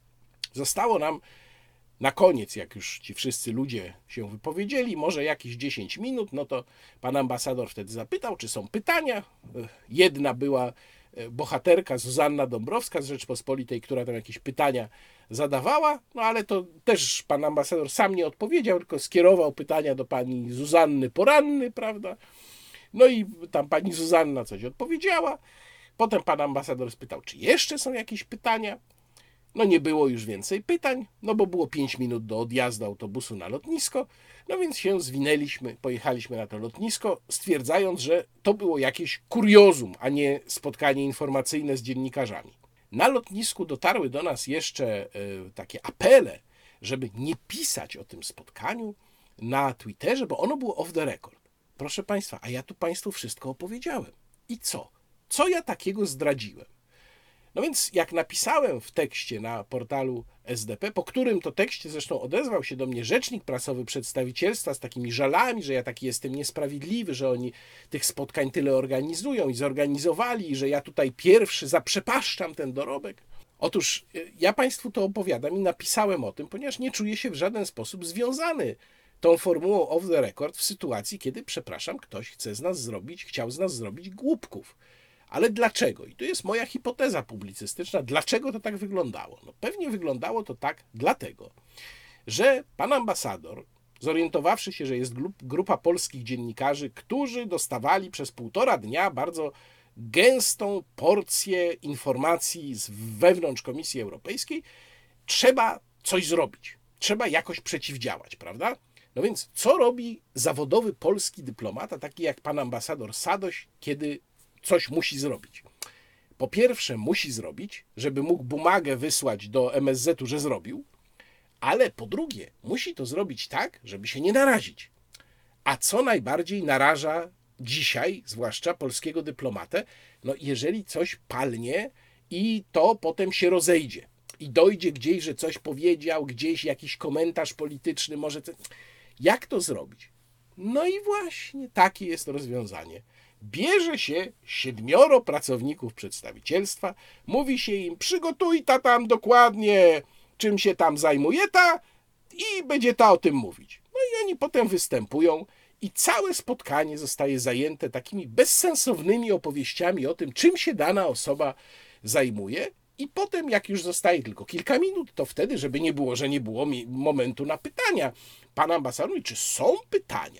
Zostało nam na koniec, jak już ci wszyscy ludzie się wypowiedzieli, może jakieś 10 minut, no to pan ambasador wtedy zapytał, czy są pytania. Jedna była bohaterka Zuzanna Dąbrowska z Rzeczpospolitej, która tam jakieś pytania zadawała, no ale to też pan ambasador sam nie odpowiedział, tylko skierował pytania do pani Zuzanny Poranny, prawda? No i tam pani Zuzanna coś odpowiedziała. Potem pan ambasador spytał, czy jeszcze są jakieś pytania. No nie było już więcej pytań, no bo było 5 minut do odjazdu autobusu na lotnisko, no więc się zwinęliśmy, pojechaliśmy na to lotnisko, stwierdzając, że to było jakieś kuriozum, a nie spotkanie informacyjne z dziennikarzami. Na lotnisku dotarły do nas jeszcze takie apele, żeby nie pisać o tym spotkaniu na Twitterze, bo ono było off the record. Proszę państwa, a ja tu państwu wszystko opowiedziałem. I co? Co ja takiego zdradziłem? No więc jak napisałem w tekście na portalu SDP, po którym to tekście zresztą odezwał się do mnie rzecznik prasowy przedstawicielstwa z takimi żalami, że ja taki jestem niesprawiedliwy, że oni tych spotkań tyle organizują i zorganizowali, i że ja tutaj pierwszy zaprzepaszczam ten dorobek. Otóż ja państwu to opowiadam i napisałem o tym, ponieważ nie czuję się w żaden sposób związany tą formułą off the record w sytuacji, kiedy, przepraszam, ktoś chciał z nas zrobić głupków. Ale dlaczego? I tu jest moja hipoteza publicystyczna. Dlaczego to tak wyglądało? No pewnie wyglądało to tak dlatego, że pan ambasador, zorientowawszy się, że jest grupa polskich dziennikarzy, którzy dostawali przez 1,5 dnia bardzo gęstą porcję informacji wewnątrz Komisji Europejskiej, trzeba coś zrobić. Trzeba jakoś przeciwdziałać, prawda? No więc co robi zawodowy polski dyplomata, taki jak pan ambasador Sadoś, kiedy coś musi zrobić? Po pierwsze musi zrobić, żeby mógł bumagę wysłać do MSZ-u, że zrobił, ale po drugie musi to zrobić tak, żeby się nie narazić. A co najbardziej naraża dzisiaj, zwłaszcza polskiego dyplomatę? No jeżeli coś palnie i to potem się rozejdzie i dojdzie gdzieś, że coś powiedział, gdzieś jakiś komentarz polityczny może... Jak to zrobić? No i właśnie takie jest rozwiązanie. Bierze się 7 pracowników przedstawicielstwa, mówi się im, przygotuj ta tam dokładnie, czym się tam zajmuje ta i będzie ta o tym mówić. No i oni potem występują i całe spotkanie zostaje zajęte takimi bezsensownymi opowieściami o tym, czym się dana osoba zajmuje. I potem, jak już zostaje tylko kilka minut, to wtedy, żeby nie było, że nie było momentu na pytania, pan ambasador mówi, czy są pytania?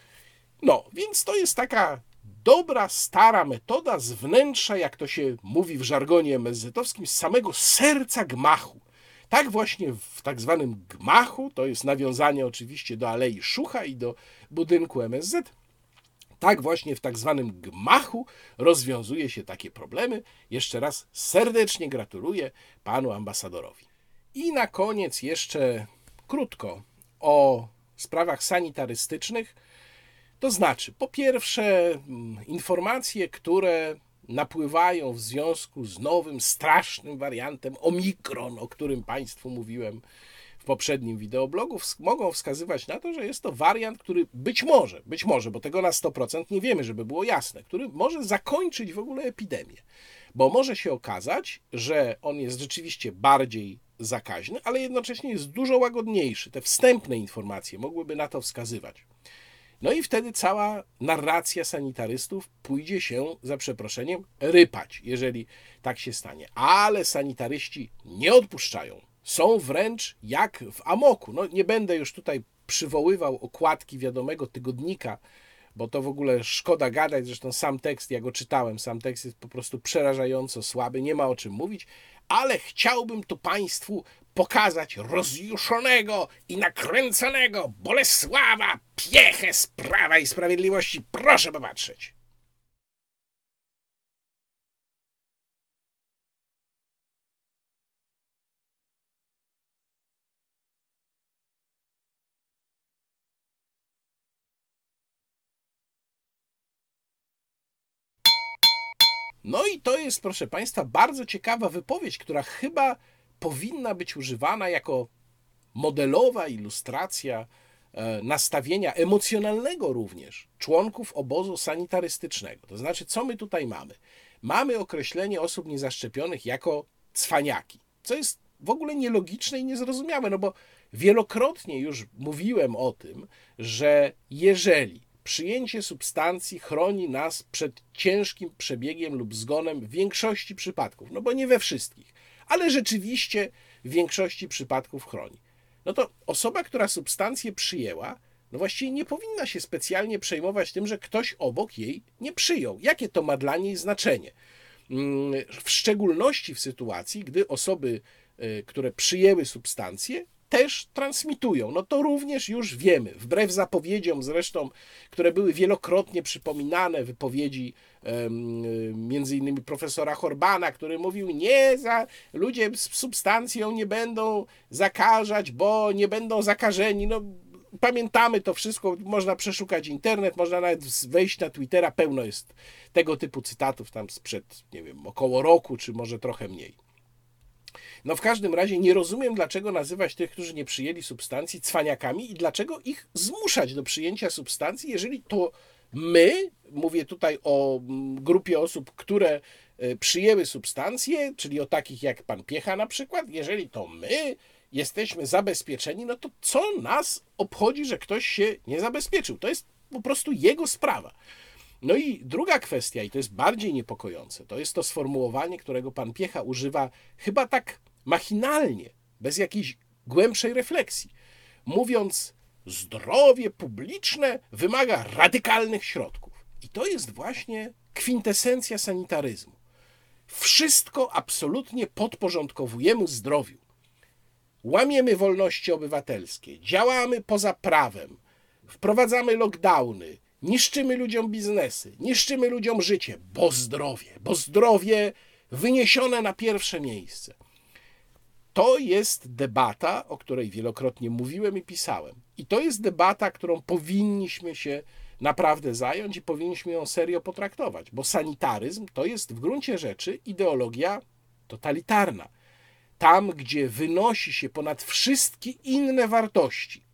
No, więc to jest taka dobra, stara metoda z wnętrza, jak to się mówi w żargonie MSZ-owskim, z samego serca gmachu. Tak właśnie w tak zwanym gmachu, to jest nawiązanie oczywiście do Alei Szucha i do budynku MSZ, tak właśnie w tak zwanym gmachu rozwiązuje się takie problemy. Jeszcze raz serdecznie gratuluję panu ambasadorowi. I na koniec jeszcze krótko o sprawach sanitarystycznych. To znaczy, po pierwsze, informacje, które napływają w związku z nowym, strasznym wariantem Omikron, o którym państwu mówiłem w poprzednim wideoblogu, mogą wskazywać na to, że jest to wariant, który być może, bo tego na 100% nie wiemy, żeby było jasne, który może zakończyć w ogóle epidemię. Bo może się okazać, że on jest rzeczywiście bardziej zakaźny, ale jednocześnie jest dużo łagodniejszy. Te wstępne informacje mogłyby na to wskazywać. No i wtedy cała narracja sanitarystów pójdzie się, za przeproszeniem, rypać, jeżeli tak się stanie. Ale sanitaryści nie odpuszczają. Są wręcz jak w amoku. No nie będę już tutaj przywoływał okładki wiadomego tygodnika, bo to w ogóle szkoda gadać, zresztą sam tekst, ja go czytałem, sam tekst jest po prostu przerażająco słaby, nie ma o czym mówić, ale chciałbym tu państwu pokazać rozjuszonego i nakręconego Bolesława Piechę z Prawa i Sprawiedliwości. Proszę popatrzeć. No i to jest, proszę państwa, bardzo ciekawa wypowiedź, która chyba powinna być używana jako modelowa ilustracja nastawienia emocjonalnego również członków obozu sanitarystycznego. To znaczy, co my tutaj mamy? Mamy określenie osób niezaszczepionych jako cwaniaki, co jest w ogóle nielogiczne i niezrozumiałe, no bo wielokrotnie już mówiłem o tym, że jeżeli przyjęcie substancji chroni nas przed ciężkim przebiegiem lub zgonem w większości przypadków, no bo nie we wszystkich, ale rzeczywiście w większości przypadków chroni. No to osoba, która substancję przyjęła, no właściwie nie powinna się specjalnie przejmować tym, że ktoś obok jej nie przyjął. Jakie to ma dla niej znaczenie? W szczególności w sytuacji, gdy osoby, które przyjęły substancję, też transmitują. No to również już wiemy, wbrew zapowiedziom zresztą, które były wielokrotnie przypominane, wypowiedzi między innymi profesora Horbana, który mówił, ludzie z substancją nie będą zakażać, bo nie będą zakażeni. No, pamiętamy to wszystko, można przeszukać internet, można nawet wejść na Twittera, pełno jest tego typu cytatów tam sprzed, nie wiem, około roku, czy może trochę mniej. No w każdym razie nie rozumiem, dlaczego nazywać tych, którzy nie przyjęli substancji, cwaniakami i dlaczego ich zmuszać do przyjęcia substancji, jeżeli to my, mówię tutaj o grupie osób, które przyjęły substancje, czyli o takich jak pan Piecha na przykład, jeżeli to my jesteśmy zabezpieczeni, no to co nas obchodzi, że ktoś się nie zabezpieczył? To jest po prostu jego sprawa. No i druga kwestia, i to jest bardziej niepokojące, to jest to sformułowanie, którego pan Piecha używa chyba tak machinalnie, bez jakiejś głębszej refleksji, mówiąc, zdrowie publiczne wymaga radykalnych środków. I to jest właśnie kwintesencja sanitaryzmu. Wszystko absolutnie podporządkowujemy zdrowiu. Łamiemy wolności obywatelskie, działamy poza prawem, wprowadzamy lockdowny, niszczymy ludziom biznesy, niszczymy ludziom życie, bo zdrowie wyniesione na pierwsze miejsce. To jest debata, o której wielokrotnie mówiłem i pisałem. I to jest debata, którą powinniśmy się naprawdę zająć i powinniśmy ją serio potraktować, bo sanitaryzm to jest w gruncie rzeczy ideologia totalitarna. Tam, gdzie wynosi się ponad wszystkie inne wartości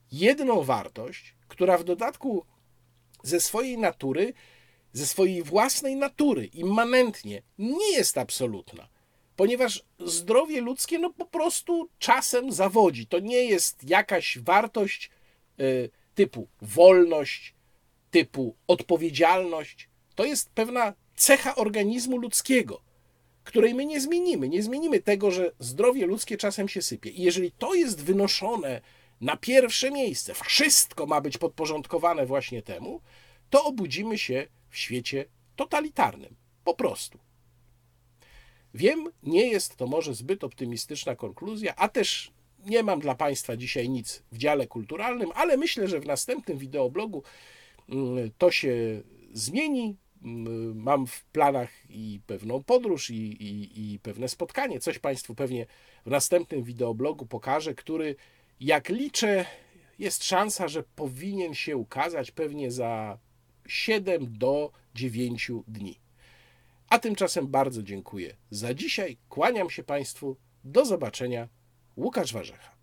jedną wartość, która w dodatku ze swojej natury, ze swojej własnej natury, immanentnie nie jest absolutna, ponieważ zdrowie ludzkie no po prostu czasem zawodzi. To nie jest jakaś wartość typu wolność, typu odpowiedzialność. To jest pewna cecha organizmu ludzkiego, której my nie zmienimy. Nie zmienimy tego, że zdrowie ludzkie czasem się sypie. I jeżeli to jest wynoszone na pierwsze miejsce, wszystko ma być podporządkowane właśnie temu, to obudzimy się w świecie totalitarnym. Po prostu. Wiem, nie jest to może zbyt optymistyczna konkluzja, a też nie mam dla Państwa dzisiaj nic w dziale kulturalnym, ale myślę, że w następnym wideoblogu to się zmieni. Mam w planach i pewną podróż, i pewne spotkanie. Coś Państwu pewnie w następnym wideoblogu pokażę, który, jak liczę, jest szansa, że powinien się ukazać pewnie za 7 do 9 dni. A tymczasem bardzo dziękuję za dzisiaj. Kłaniam się Państwu. Do zobaczenia. Łukasz Warzecha.